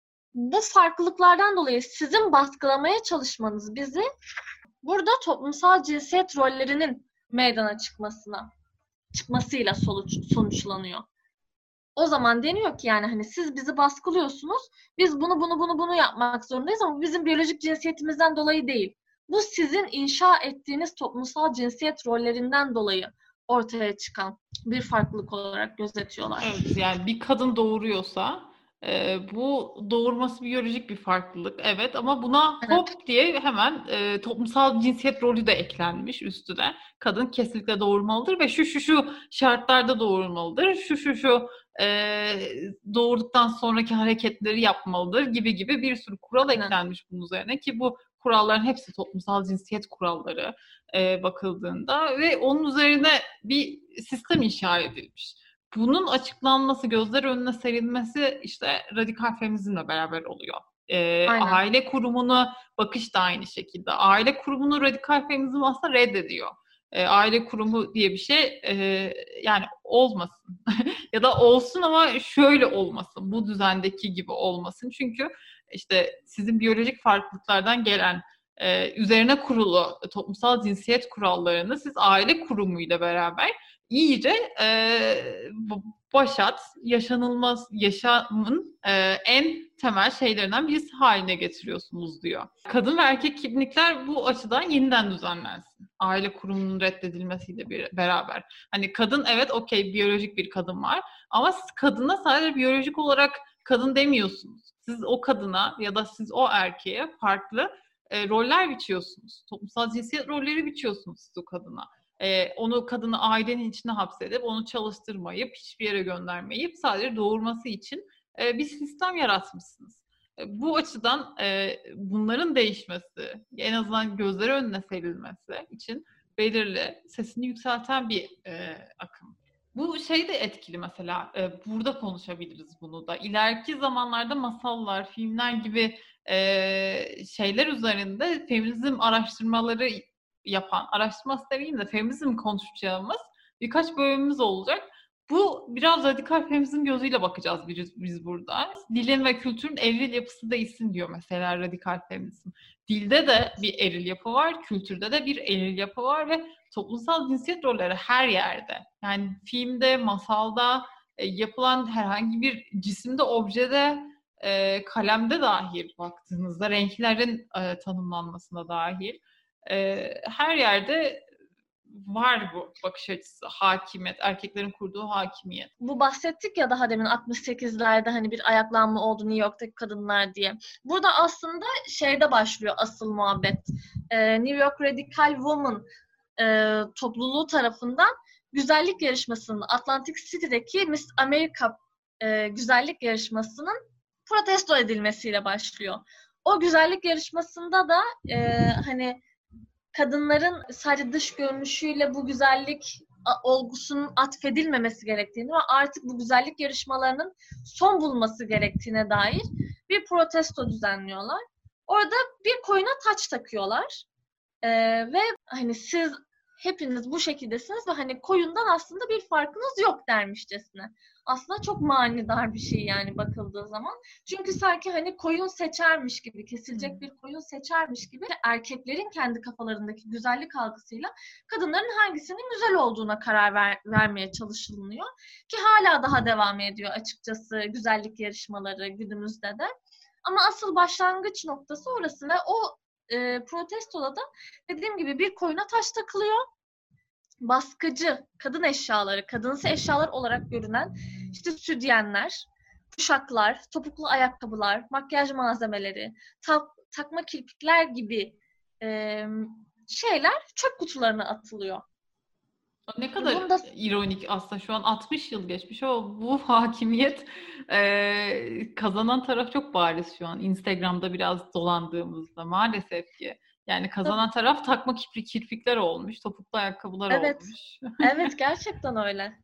Speaker 1: bu farklılıklardan dolayı sizin baskılamaya çalışmanız bizi burada toplumsal cinsiyet rollerinin meydana çıkmasına çıkmasıyla sonuç, sonuçlanıyor. O zaman deniyor ki yani hani siz bizi baskılıyorsunuz. Biz bunu bunu bunu bunu yapmak zorundayız ama bizim biyolojik cinsiyetimizden dolayı değil. Bu sizin inşa ettiğiniz toplumsal cinsiyet rollerinden dolayı ortaya çıkan bir farklılık olarak gözetiyorlar.
Speaker 2: Evet, yani bir kadın doğuruyorsa e, bu doğurması biyolojik bir farklılık. Evet, ama buna
Speaker 1: Evet.
Speaker 2: hop diye hemen e, toplumsal cinsiyet rolü de eklenmiş üstüne. Kadın kesinlikle doğurmalıdır ve şu şu şu şartlarda doğurmalıdır. Şu şu şu e, doğurduktan sonraki hareketleri yapmalıdır gibi gibi bir sürü kural
Speaker 1: Aynen.
Speaker 2: eklenmiş bunun üzerine ki bu kuralların hepsi toplumsal cinsiyet kuralları e, bakıldığında ve onun üzerine bir sistem inşa edilmiş. Bunun açıklanması, gözler önüne serilmesi işte radikal feminizmle beraber oluyor. Ee,
Speaker 1: Aynen.
Speaker 2: aile kurumunu bakış da aynı şekilde. Aile kurumunu radikal feminizm aslında reddediyor. Ee, aile kurumu diye bir şey e, yani olmasın. Ya da olsun ama şöyle olmasın. Bu düzendeki gibi olmasın. Çünkü işte sizin biyolojik farklılıklardan gelen e, üzerine kurulu toplumsal cinsiyet kurallarını siz aile kurumuyla beraber iyice e, başat, yaşanılmaz yaşamın e, en temel şeylerinden birisi haline getiriyorsunuz diyor. Kadın ve erkek kimlikler bu açıdan yeniden düzenlensin. Aile kurumunun reddedilmesiyle bir, beraber. Hani kadın evet okey biyolojik bir kadın var ama siz kadına sadece biyolojik olarak kadın demiyorsunuz. Siz o kadına ya da siz o erkeğe farklı e, roller biçiyorsunuz. Toplumsal cinsiyet rolleri biçiyorsunuz siz o kadına. Ee, onu kadını ailenin içine hapsedip onu çalıştırmayıp hiçbir yere göndermeyip sadece doğurması için e, bir sistem yaratmışsınız. E, bu açıdan e, bunların değişmesi, en azından gözleri önüne serilmesi için belirli sesini yükselten bir e, akım. Bu şey de etkili mesela, e, burada konuşabiliriz bunu da. İleriki zamanlarda masallar, filmler gibi e, şeyler üzerinde feminizm araştırmaları yapan, araştırma demeyeyim de feminizm konuşacağımız birkaç bölümümüz olacak. Bu biraz radikal feminizm gözüyle bakacağız biz, biz burada. Dilin ve kültürün eril yapısı değilsin diyor mesela radikal feminizm. Dilde de bir eril yapı var, kültürde de bir eril yapı var ve toplumsal cinsiyet rolleri her yerde. Yani filmde, masalda, e, yapılan herhangi bir cisimde, objede, e, kalemde dahil baktığınızda, renklerin e, tanımlanmasına dahil. E, her yerde var bu bakış açısı, hakimiyet, erkeklerin kurduğu hakimiyet.
Speaker 1: Bu bahsettik ya daha demin altmış sekizlerde hani bir ayaklanma oldu New York'taki kadınlar diye. Burada aslında şeyde başlıyor asıl muhabbet. Ee, New York Radical Woman e, topluluğu tarafından güzellik yarışmasının Atlantic City'deki Miss America e, güzellik yarışmasının protesto edilmesiyle başlıyor. O güzellik yarışmasında da e, hani kadınların sadece dış görünüşüyle bu güzellik olgusunun atfedilmemesi gerektiğini ve artık bu güzellik yarışmalarının son bulması gerektiğine dair bir protesto düzenliyorlar. Orada bir koyuna taç takıyorlar ee, ve hani siz hepiniz bu şekildesiniz ve hani koyundan aslında bir farkınız yok dermişçesine. Aslında çok manidar bir şey yani bakıldığı zaman. Çünkü sanki hani koyun seçermiş gibi, kesilecek bir koyun seçermiş gibi erkeklerin kendi kafalarındaki güzellik algısıyla kadınların hangisinin güzel olduğuna karar ver, vermeye çalışılıyor. Ki hala daha devam ediyor açıkçası güzellik yarışmaları günümüzde de. Ama asıl başlangıç noktası orası ve o e, protestoda da dediğim gibi bir koyuna taş takılıyor. Baskıcı kadın eşyaları, kadınsı eşyalar olarak görünen işte sütyenler, kuşaklar, topuklu ayakkabılar, makyaj malzemeleri, tak, takma kirpikler gibi e, şeyler çöp kutularına atılıyor.
Speaker 2: Ne kadar
Speaker 1: Bunda...
Speaker 2: ironik aslında şu an altmış yıl geçmiş ama bu hakimiyet e, kazanan taraf çok bariz şu an. Instagram'da biraz dolandığımızda maalesef ki. Yani kazanan taraf takma kirpik, kirpikler olmuş, topuklu ayakkabılar
Speaker 1: evet.
Speaker 2: olmuş.
Speaker 1: Evet, gerçekten öyle.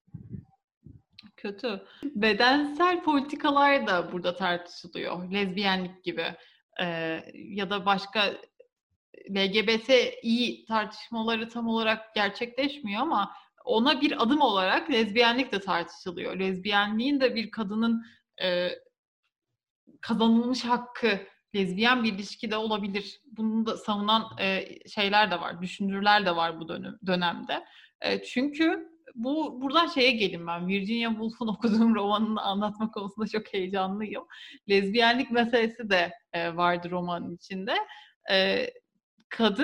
Speaker 2: Kötü. Bedensel politikalar da burada tartışılıyor. Lezbiyenlik gibi e, ya da başka L G B T İ tartışmaları tam olarak gerçekleşmiyor ama ona bir adım olarak lezbiyenlik de tartışılıyor. Lezbiyenliğin de bir kadının e, kazanılmış hakkı, lezbiyen bir ilişkide olabilir. Bunu da savunan e, şeyler de var, düşünürler de var bu dönem, dönemde. E, çünkü bu buradan şeye gelin ben. Virginia Woolf'un okuduğum romanını anlatma konusunda çok heyecanlıyım. Lezbiyenlik meselesi de e, vardı romanın içinde. E, kadın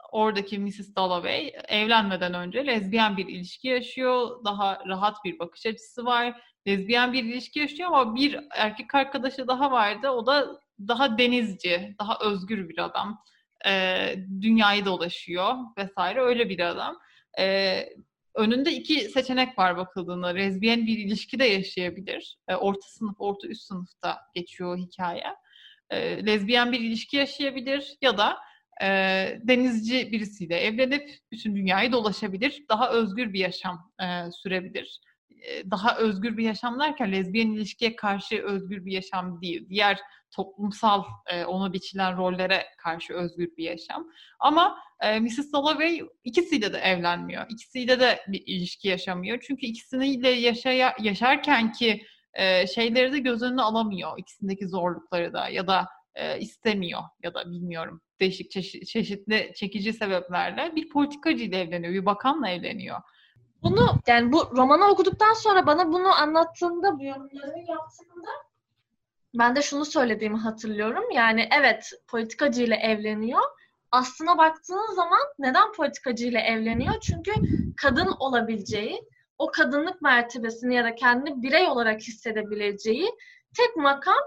Speaker 2: oradaki missus Dalloway evlenmeden önce lezbiyen bir ilişki yaşıyor. Daha rahat bir bakış açısı var. Lezbiyen bir ilişki yaşıyor ama bir erkek arkadaşı daha vardı. O da daha denizci, daha özgür bir adam. Ee, dünyayı dolaşıyor vesaire, öyle bir adam. Ee, önünde iki seçenek var bakıldığında. Lezbiyen bir ilişki de yaşayabilir. Ee, orta sınıf, orta üst sınıfta geçiyor hikaye. Ee, lezbiyen bir ilişki yaşayabilir ya da e, denizci birisiyle evlenip bütün dünyayı dolaşabilir. Daha özgür bir yaşam e, sürebilir. E, daha özgür bir yaşam derken lezbiyen ilişkiye karşı özgür bir yaşam değil. Diğer toplumsal e, ona biçilen rollere karşı özgür bir yaşam. Ama e, missus Dalloway ikisiyle de evlenmiyor. İkisiyle de bir ilişki yaşamıyor. Çünkü ikisiyle yaşaya, yaşarken ki e, şeyleri de göz önüne alamıyor. İkisindeki zorlukları da ya da e, istemiyor ya da bilmiyorum. Değişik çeşit, çeşitli çekici sebeplerle bir politikacıyla evleniyor, bir bakanla evleniyor.
Speaker 1: Bunu yani bu romanı okuduktan sonra bana bunu anlattığında, bu yorumlarını yaptığında ben de şunu söylediğimi hatırlıyorum. Yani evet, politikacıyla evleniyor. Aslına baktığın zaman neden politikacıyla evleniyor? Çünkü kadın olabileceği, o kadınlık mertebesini ya da kendini birey olarak hissedebileceği tek makam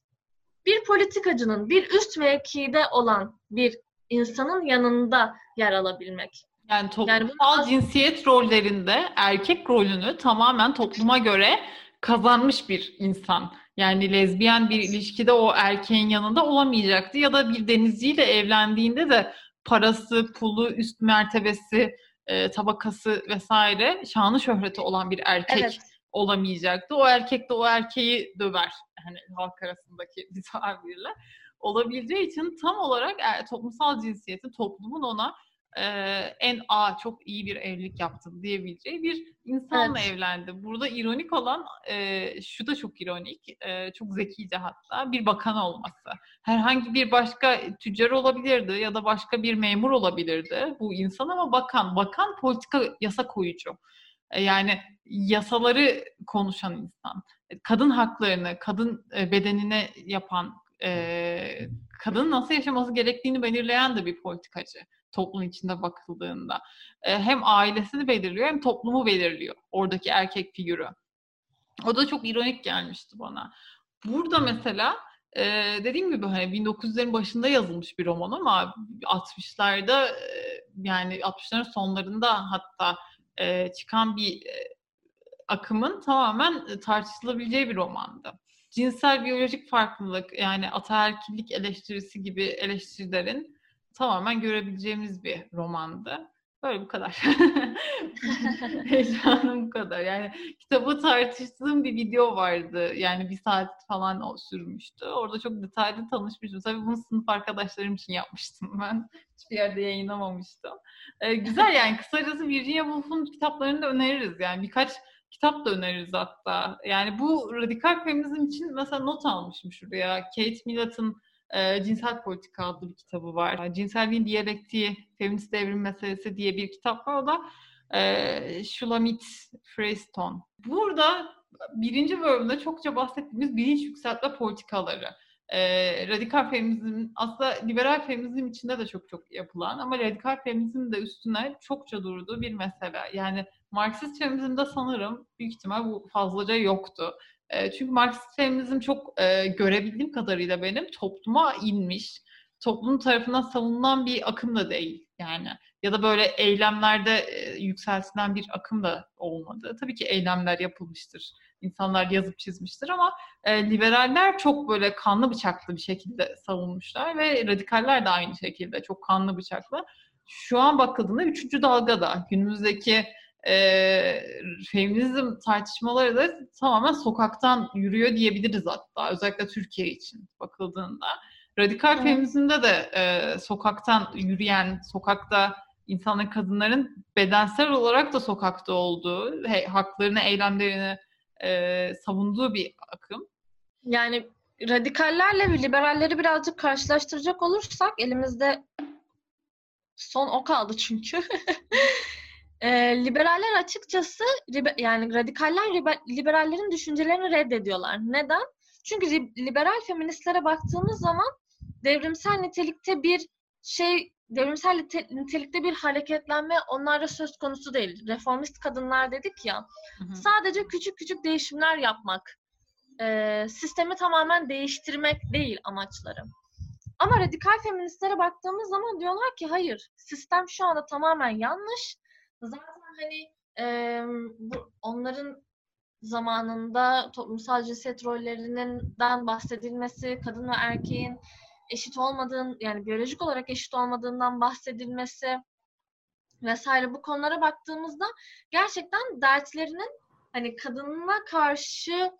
Speaker 1: bir politikacının, bir üst mevkide olan bir insanın yanında yer alabilmek.
Speaker 2: Yani toplumsal
Speaker 1: Yani bunu...
Speaker 2: cinsiyet rollerinde erkek rolünü tamamen topluma göre kazanmış bir insan. Yani lezbiyen bir ilişkide o erkeğin yanında olamayacaktı ya da bir denizciyle evlendiğinde de parası, pulu, üst mertebesi, e, tabakası vesaire şanı şöhreti olan bir erkek
Speaker 1: Evet.
Speaker 2: olamayacaktı. O erkek de o erkeği döver. Hani halk arasındaki bir tabirle. Olabileceği için tam olarak e, toplumsal cinsiyetin, toplumun ona e, en a çok iyi bir evlilik yaptın diyebileceği bir insanla
Speaker 1: Evet.
Speaker 2: evlendi. Burada ironik olan e, şu da çok ironik, e, çok zekice hatta bir bakan olması. Herhangi bir başka tüccar olabilirdi ya da başka bir memur olabilirdi bu insan ama bakan. Bakan politika yasa koyucu. E, yani yasaları konuşan insan. Kadın haklarını, kadın bedenine yapan, e, kadının nasıl yaşaması gerektiğini belirleyen de bir politikacı. Toplum içinde bakıldığında. E, hem ailesini belirliyor hem toplumu belirliyor. Oradaki erkek figürü. O da çok ironik gelmişti bana. Burada mesela e, dediğim gibi hani bin dokuz yüzlerin başında yazılmış bir roman ama altmışlarda e, yani altmışların sonlarında hatta e, çıkan bir e, akımın tamamen tartışılabileceği bir romandı. Cinsel biyolojik farklılık yani ataerkillik eleştirisi gibi eleştirilerin tamamen görebileceğimiz bir romandı. Böyle bu kadar. Heyecanım bu kadar. Yani kitabı tartıştığım bir video vardı. Yani bir saat falan o sürmüştü. Orada çok detaylı tanışmıştım. Tabii bunu sınıf arkadaşlarım için yapmıştım ben. Hiçbir yerde yayınlamamıştım. Ee, güzel yani. Kısacası Virginia Woolf'un kitaplarını da öneririz. Yani birkaç kitap da öneririz hatta. Yani bu radikal feminizm için mesela not almışım şuraya. Kate Millett'ın e, Cinsel Politika adlı bir kitabı var. Cinselliğin Diyalektiği, Feminist Devrim Meselesi diye bir kitap var. O da e, Shulamit Freystone. Burada birinci bölümde çokça bahsettiğimiz bilinç yükseltme politikaları. E, radikal feminizm aslında liberal feminizm içinde de çok çok yapılan ama radikal feminizm de üstüne çokça durduğu bir mesele. Yani Marksist feminizmde sanırım büyük ihtimal bu fazlaca yoktu. E, çünkü Marksist feminizm çok e, görebildiğim kadarıyla benim topluma inmiş, toplum tarafından savunulan bir akım da değil yani. Ya da böyle eylemlerde e, yükseltilen bir akım da olmadı. Tabii ki eylemler yapılmıştır. İnsanlar yazıp çizmiştir ama e, liberaller çok böyle kanlı bıçaklı bir şekilde savunmuşlar ve radikaller de aynı şekilde çok kanlı bıçaklı. Şu an bakıldığında üçüncü dalgada günümüzdeki e, feminizm tartışmaları da tamamen sokaktan yürüyor diyebiliriz hatta. Özellikle Türkiye için bakıldığında. Radikal evet. Feminizmde de e, sokaktan yürüyen, sokakta insanların, kadınların bedensel olarak da sokakta olduğu, he, haklarını, eylemlerini e, savunduğu bir akım.
Speaker 1: Yani radikallerle ve liberalleri birazcık karşılaştıracak olursak elimizde son o kaldı çünkü. e, liberaller açıkçası yani radikaller liberallerin düşüncelerini reddediyorlar. Neden? Çünkü liberal feministlere baktığımız zaman devrimsel nitelikte bir şey devrimsel nite- nitelikte bir hareketlenme onlarda söz konusu değil. Reformist kadınlar dedik ya,
Speaker 2: Hı hı.
Speaker 1: sadece küçük küçük değişimler yapmak, e, sistemi tamamen değiştirmek değil amaçları. Ama radikal feministlere baktığımız zaman diyorlar ki hayır, sistem şu anda tamamen yanlış. Zaten hani e, bu, onların zamanında toplumsal cinsiyet rollerinden bahsedilmesi, kadın ve erkeğin eşit olmadığın, yani biyolojik olarak eşit olmadığından bahsedilmesi vesaire, bu konulara baktığımızda gerçekten dertlerinin hani kadına karşı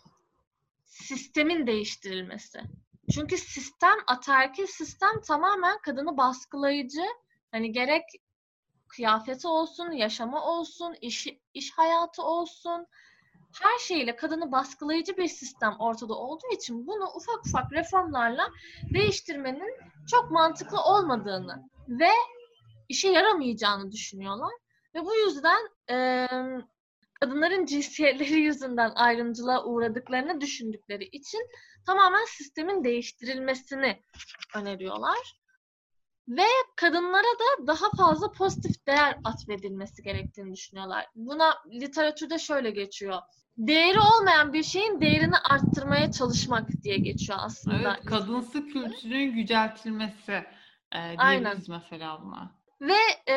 Speaker 1: sistemin değiştirilmesi. Çünkü sistem, ataerkil sistem tamamen kadını baskılayıcı, hani gerek kıyafeti olsun, yaşamı olsun, iş, iş hayatı olsun, her şeyle kadını baskılayıcı bir sistem ortada olduğu için bunu ufak ufak reformlarla değiştirmenin çok mantıklı olmadığını ve işe yaramayacağını düşünüyorlar. Ve bu yüzden e, kadınların cinsiyetleri yüzünden ayrımcılığa uğradıklarını düşündükleri için tamamen sistemin değiştirilmesini öneriyorlar. Ve kadınlara da daha fazla pozitif değer atfedilmesi gerektiğini düşünüyorlar. Buna literatürde şöyle geçiyor. Değeri olmayan bir şeyin değerini arttırmaya çalışmak diye geçiyor aslında.
Speaker 2: Evet, kadınsı kültürün yüceltilmesi e, diyebiliriz
Speaker 1: Aynen.
Speaker 2: mesela buna.
Speaker 1: Ve e,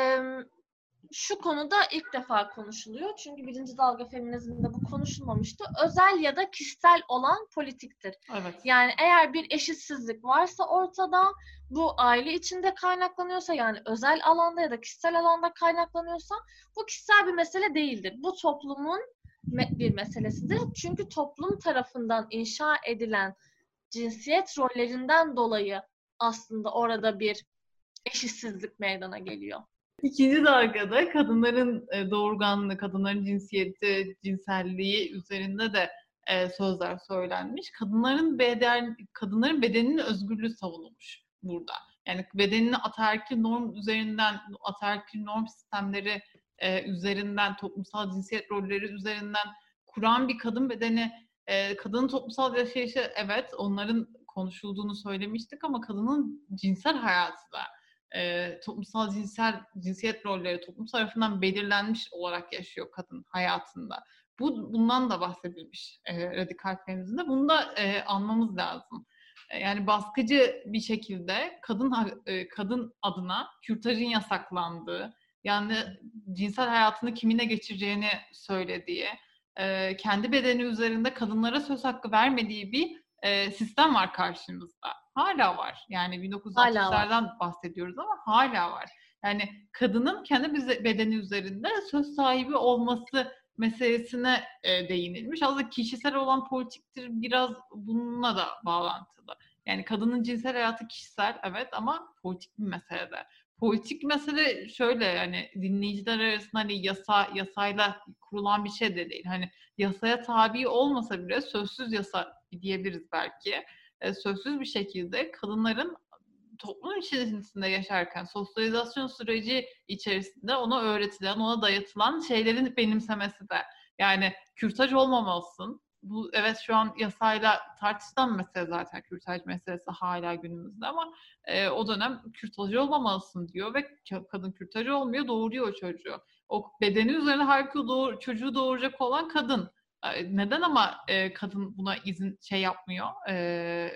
Speaker 1: şu konuda ilk defa konuşuluyor. Çünkü birinci dalga feminizminde bu konuşulmamıştı. Özel ya da kişisel olan politiktir.
Speaker 2: Evet.
Speaker 1: Yani eğer bir eşitsizlik varsa ortada, bu aile içinde kaynaklanıyorsa, yani özel alanda ya da kişisel alanda kaynaklanıyorsa, bu kişisel bir mesele değildir. Bu toplumun bir meselesidir. Çünkü toplum tarafından inşa edilen cinsiyet rollerinden dolayı aslında orada bir eşitsizlik meydana geliyor.
Speaker 2: İkinci dalgada kadınların e, doğurganlığı, kadınların cinsiyeti, cinselliği üzerinde de e, sözler söylenmiş. Kadınların beden, kadınların bedeninin özgürlüğü savunulmuş burada. Yani bedenini ataerkil norm üzerinden, ataerkil norm sistemleri e, üzerinden, toplumsal cinsiyet rolleri üzerinden kuran bir kadın bedeni, e, kadının toplumsal yaşayışı, evet onların konuşulduğunu söylemiştik ama kadının cinsel hayatı da E, toplumsal cinsel cinsiyet rolleri toplum tarafından belirlenmiş olarak yaşıyor kadın hayatında. Bu bundan da bahsedilmiş e, radikal feminizmde. Bunu da e, anmamız lazım. E, yani baskıcı bir şekilde kadın e, kadın adına kürtajın yasaklandığı, yani cinsel hayatını kimine geçireceğini söylediği, e, kendi bedeni üzerinde kadınlara söz hakkı vermediği bir e, sistem var karşımızda. Hala var. Yani bin dokuz yüz altmışlardan bahsediyoruz ama hala var. Yani kadının kendi bedeni üzerinde söz sahibi olması meselesine e, değinilmiş. Aslında kişisel olan politiktir biraz bununla da bağlantılı. Yani kadının cinsel hayatı kişisel, evet, ama politik bir mesele de. Politik mesele şöyle, yani dinleyiciler arasında hani yasa yasayla kurulan bir şey de değil. Hani yasaya tabi olmasa bile sözsüz yasa diyebiliriz belki. E, sözsüz bir şekilde kadınların toplum içerisinde yaşarken sosyalizasyon süreci içerisinde ona öğretilen, ona dayatılan şeylerin benimsemesi de. Yani kürtaj olmamalısın. Bu evet şu an yasayla tartışılan mesele, zaten kürtaj meselesi hala günümüzde ama e, o dönem kürtajı olmamalısın diyor ve kadın kürtajı olmuyor, doğuruyor o çocuğu. O bedeni üzerine halbuki doğur, çocuğu doğuracak olan kadın. Neden ama e, kadın buna izin şey yapmıyor, e,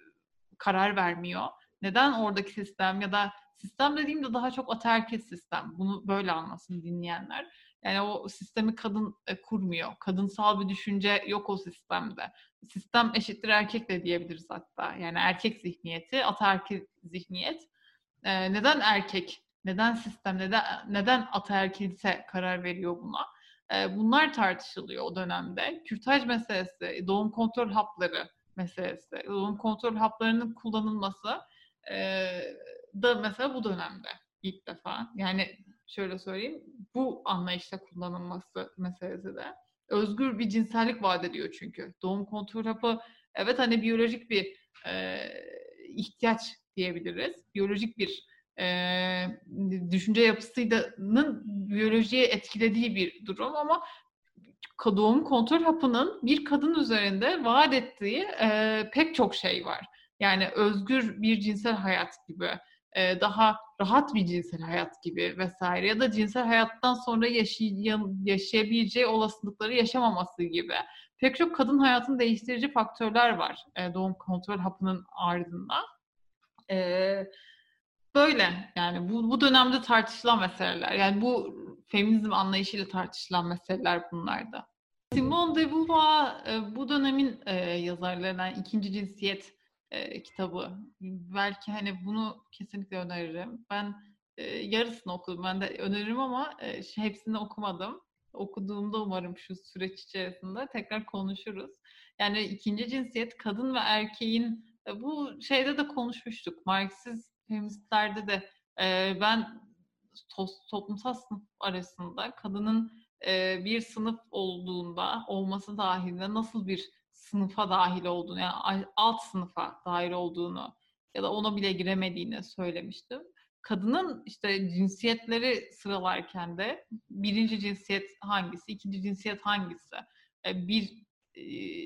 Speaker 2: karar vermiyor? Neden oradaki sistem ya da sistem dediğimde daha çok ataerkil sistem. Bunu böyle anlasın dinleyenler. Yani o sistemi kadın e, kurmuyor. Kadınsal bir düşünce yok o sistemde. Sistem eşittir erkek de diyebiliriz hatta. Yani erkek zihniyeti, ataerkil zihniyet. E, neden erkek? Neden sistem? Neden, neden ataerkilse karar veriyor buna? Bunlar tartışılıyor o dönemde. Kürtaj meselesi, doğum kontrol hapları meselesi, doğum kontrol haplarının kullanılması e, da mesela bu dönemde ilk defa. Yani şöyle söyleyeyim, bu anlayışla kullanılması meselesi de. Özgür bir cinsellik vaat ediyor çünkü. Doğum kontrol hapı, evet, hani biyolojik bir e, ihtiyaç diyebiliriz. Biyolojik bir e, düşünce yapısının biyolojiye etkilediği bir durum ama doğum kontrol hapının bir kadın üzerinde vaat ettiği e, pek çok şey var. Yani özgür bir cinsel hayat gibi, e, daha rahat bir cinsel hayat gibi vesaire ya da cinsel hayattan sonra yaşay- yaşayabileceği olasılıkları yaşamaması gibi pek çok kadın hayatını değiştirici faktörler var e, doğum kontrol hapının ardında. E, böyle yani bu, bu dönemde tartışılan meseleler. Yani bu feminizm anlayışıyla tartışılan meseleler bunlar da. Simone de Beauvoir e, bu dönemin e, yazarlarından ikinci cinsiyet e, kitabı. Belki hani bunu kesinlikle öneririm. Ben e, yarısını okudum. Ben de öneririm ama e, şey, hepsini okumadım. Okuduğumda umarım şu süreç içerisinde tekrar konuşuruz. Yani ikinci cinsiyet kadın ve erkeğin e, bu şeyde de konuşmuştuk. Marksist feministlerde de e, ben to- toplumsal sınıf arasında kadının e, bir sınıf olduğunda olması dahilinde nasıl bir sınıfa dahil olduğunu yani alt sınıfa dahil olduğunu ya da ona bile giremediğini söylemiştim. Kadının işte cinsiyetleri sıralarken de birinci cinsiyet hangisi, ikinci cinsiyet hangisi, e, bir e,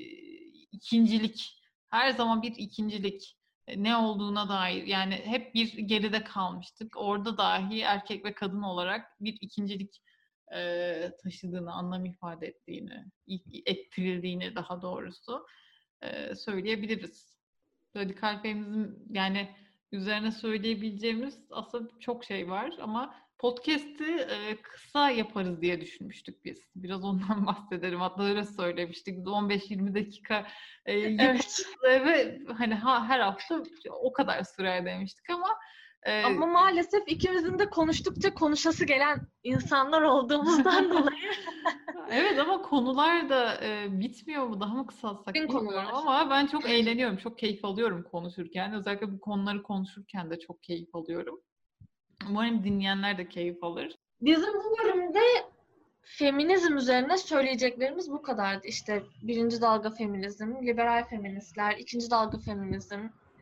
Speaker 2: ikincilik, her zaman bir ikincilik e, ne olduğuna dair yani hep bir geride kalmıştık. Orada dahi erkek ve kadın olarak bir ikincilik e, taşıdığını, anlam ifade ettiğini, ettirildiğini daha doğrusu e, söyleyebiliriz. Radikal feminizm yani üzerine söyleyebileceğimiz aslında çok şey var ama podcast'i e, kısa yaparız diye düşünmüştük biz. Biraz ondan bahsederim. Hatta öyle söylemiştik. on beş yirmi dakika e, yaparız
Speaker 1: Evet.
Speaker 2: ve hani ha, her hafta o kadar sürer demiştik ama e,
Speaker 1: Ama maalesef ikimizin de konuştukça konuşası gelen insanlar olduğumuzdan dolayı
Speaker 2: evet ama konular da e, bitmiyor mu? Daha mı kısaltsak
Speaker 1: bin konu
Speaker 2: bilmiyorum
Speaker 1: var.
Speaker 2: ama ben çok eğleniyorum. Çok keyif alıyorum konuşurken. Özellikle bu konuları konuşurken de çok keyif alıyorum. Umarım dinleyenler de keyif alır.
Speaker 1: Bizim bu bölümde feminizm üzerine söyleyeceklerimiz bu kadardı. İşte birinci dalga feminizm, liberal feministler, ikinci dalga feminizm,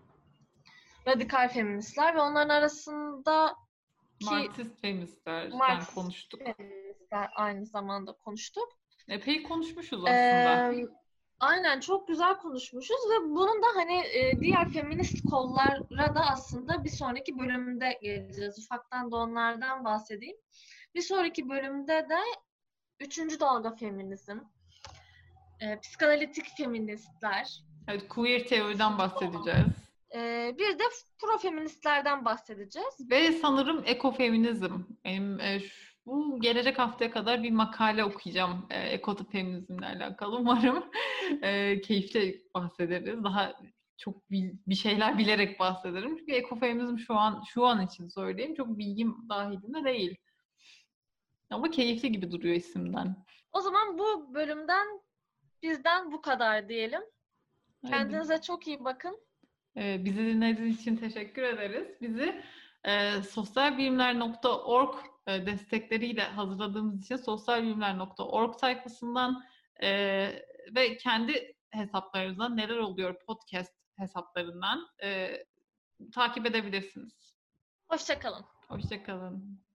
Speaker 1: radikal feministler ve onların arasında ki
Speaker 2: Marksist feministlerden
Speaker 1: Marksist
Speaker 2: konuştuk.
Speaker 1: feministler aynı zamanda konuştuk.
Speaker 2: Epey konuşmuşuz aslında.
Speaker 1: Ee, aynen çok güzel konuşmuşuz ve bunun da hani e, diğer feminist kollara da aslında bir sonraki bölümde geleceğiz. Ufaktan da onlardan bahsedeyim. Bir sonraki bölümde de üçüncü dalga feminizm, e, psikanalitik feministler,
Speaker 2: Evet, queer teoriden bahsedeceğiz.
Speaker 1: e, bir de profeministlerden bahsedeceğiz.
Speaker 2: Ve sanırım ekofeminizm. Benim e, şu- bu gelecek haftaya kadar bir makale okuyacağım e, ekofeminizmle alakalı. Umarım e, keyifli bahsederiz. Daha çok bil, bir şeyler bilerek bahsederim. Çünkü ekofeminizm şu an şu an için söyleyeyim çok bilgim dahilinde değil. Ama keyifli gibi duruyor isimden.
Speaker 1: O zaman bu bölümden bizden bu kadar diyelim.
Speaker 2: Evet,
Speaker 1: Kendinize çok iyi bakın.
Speaker 2: e, bizi dinlediğiniz için teşekkür ederiz. Bizi e, sosyalbilimler nokta org e, destekleriyle hazırladığımız için sosyalbilimler nokta org sayfasından e, ve kendi hesaplarınızdan neler oluyor podcast hesaplarından e, takip edebilirsiniz.
Speaker 1: Hoşça kalın.
Speaker 2: Hoşça kalın.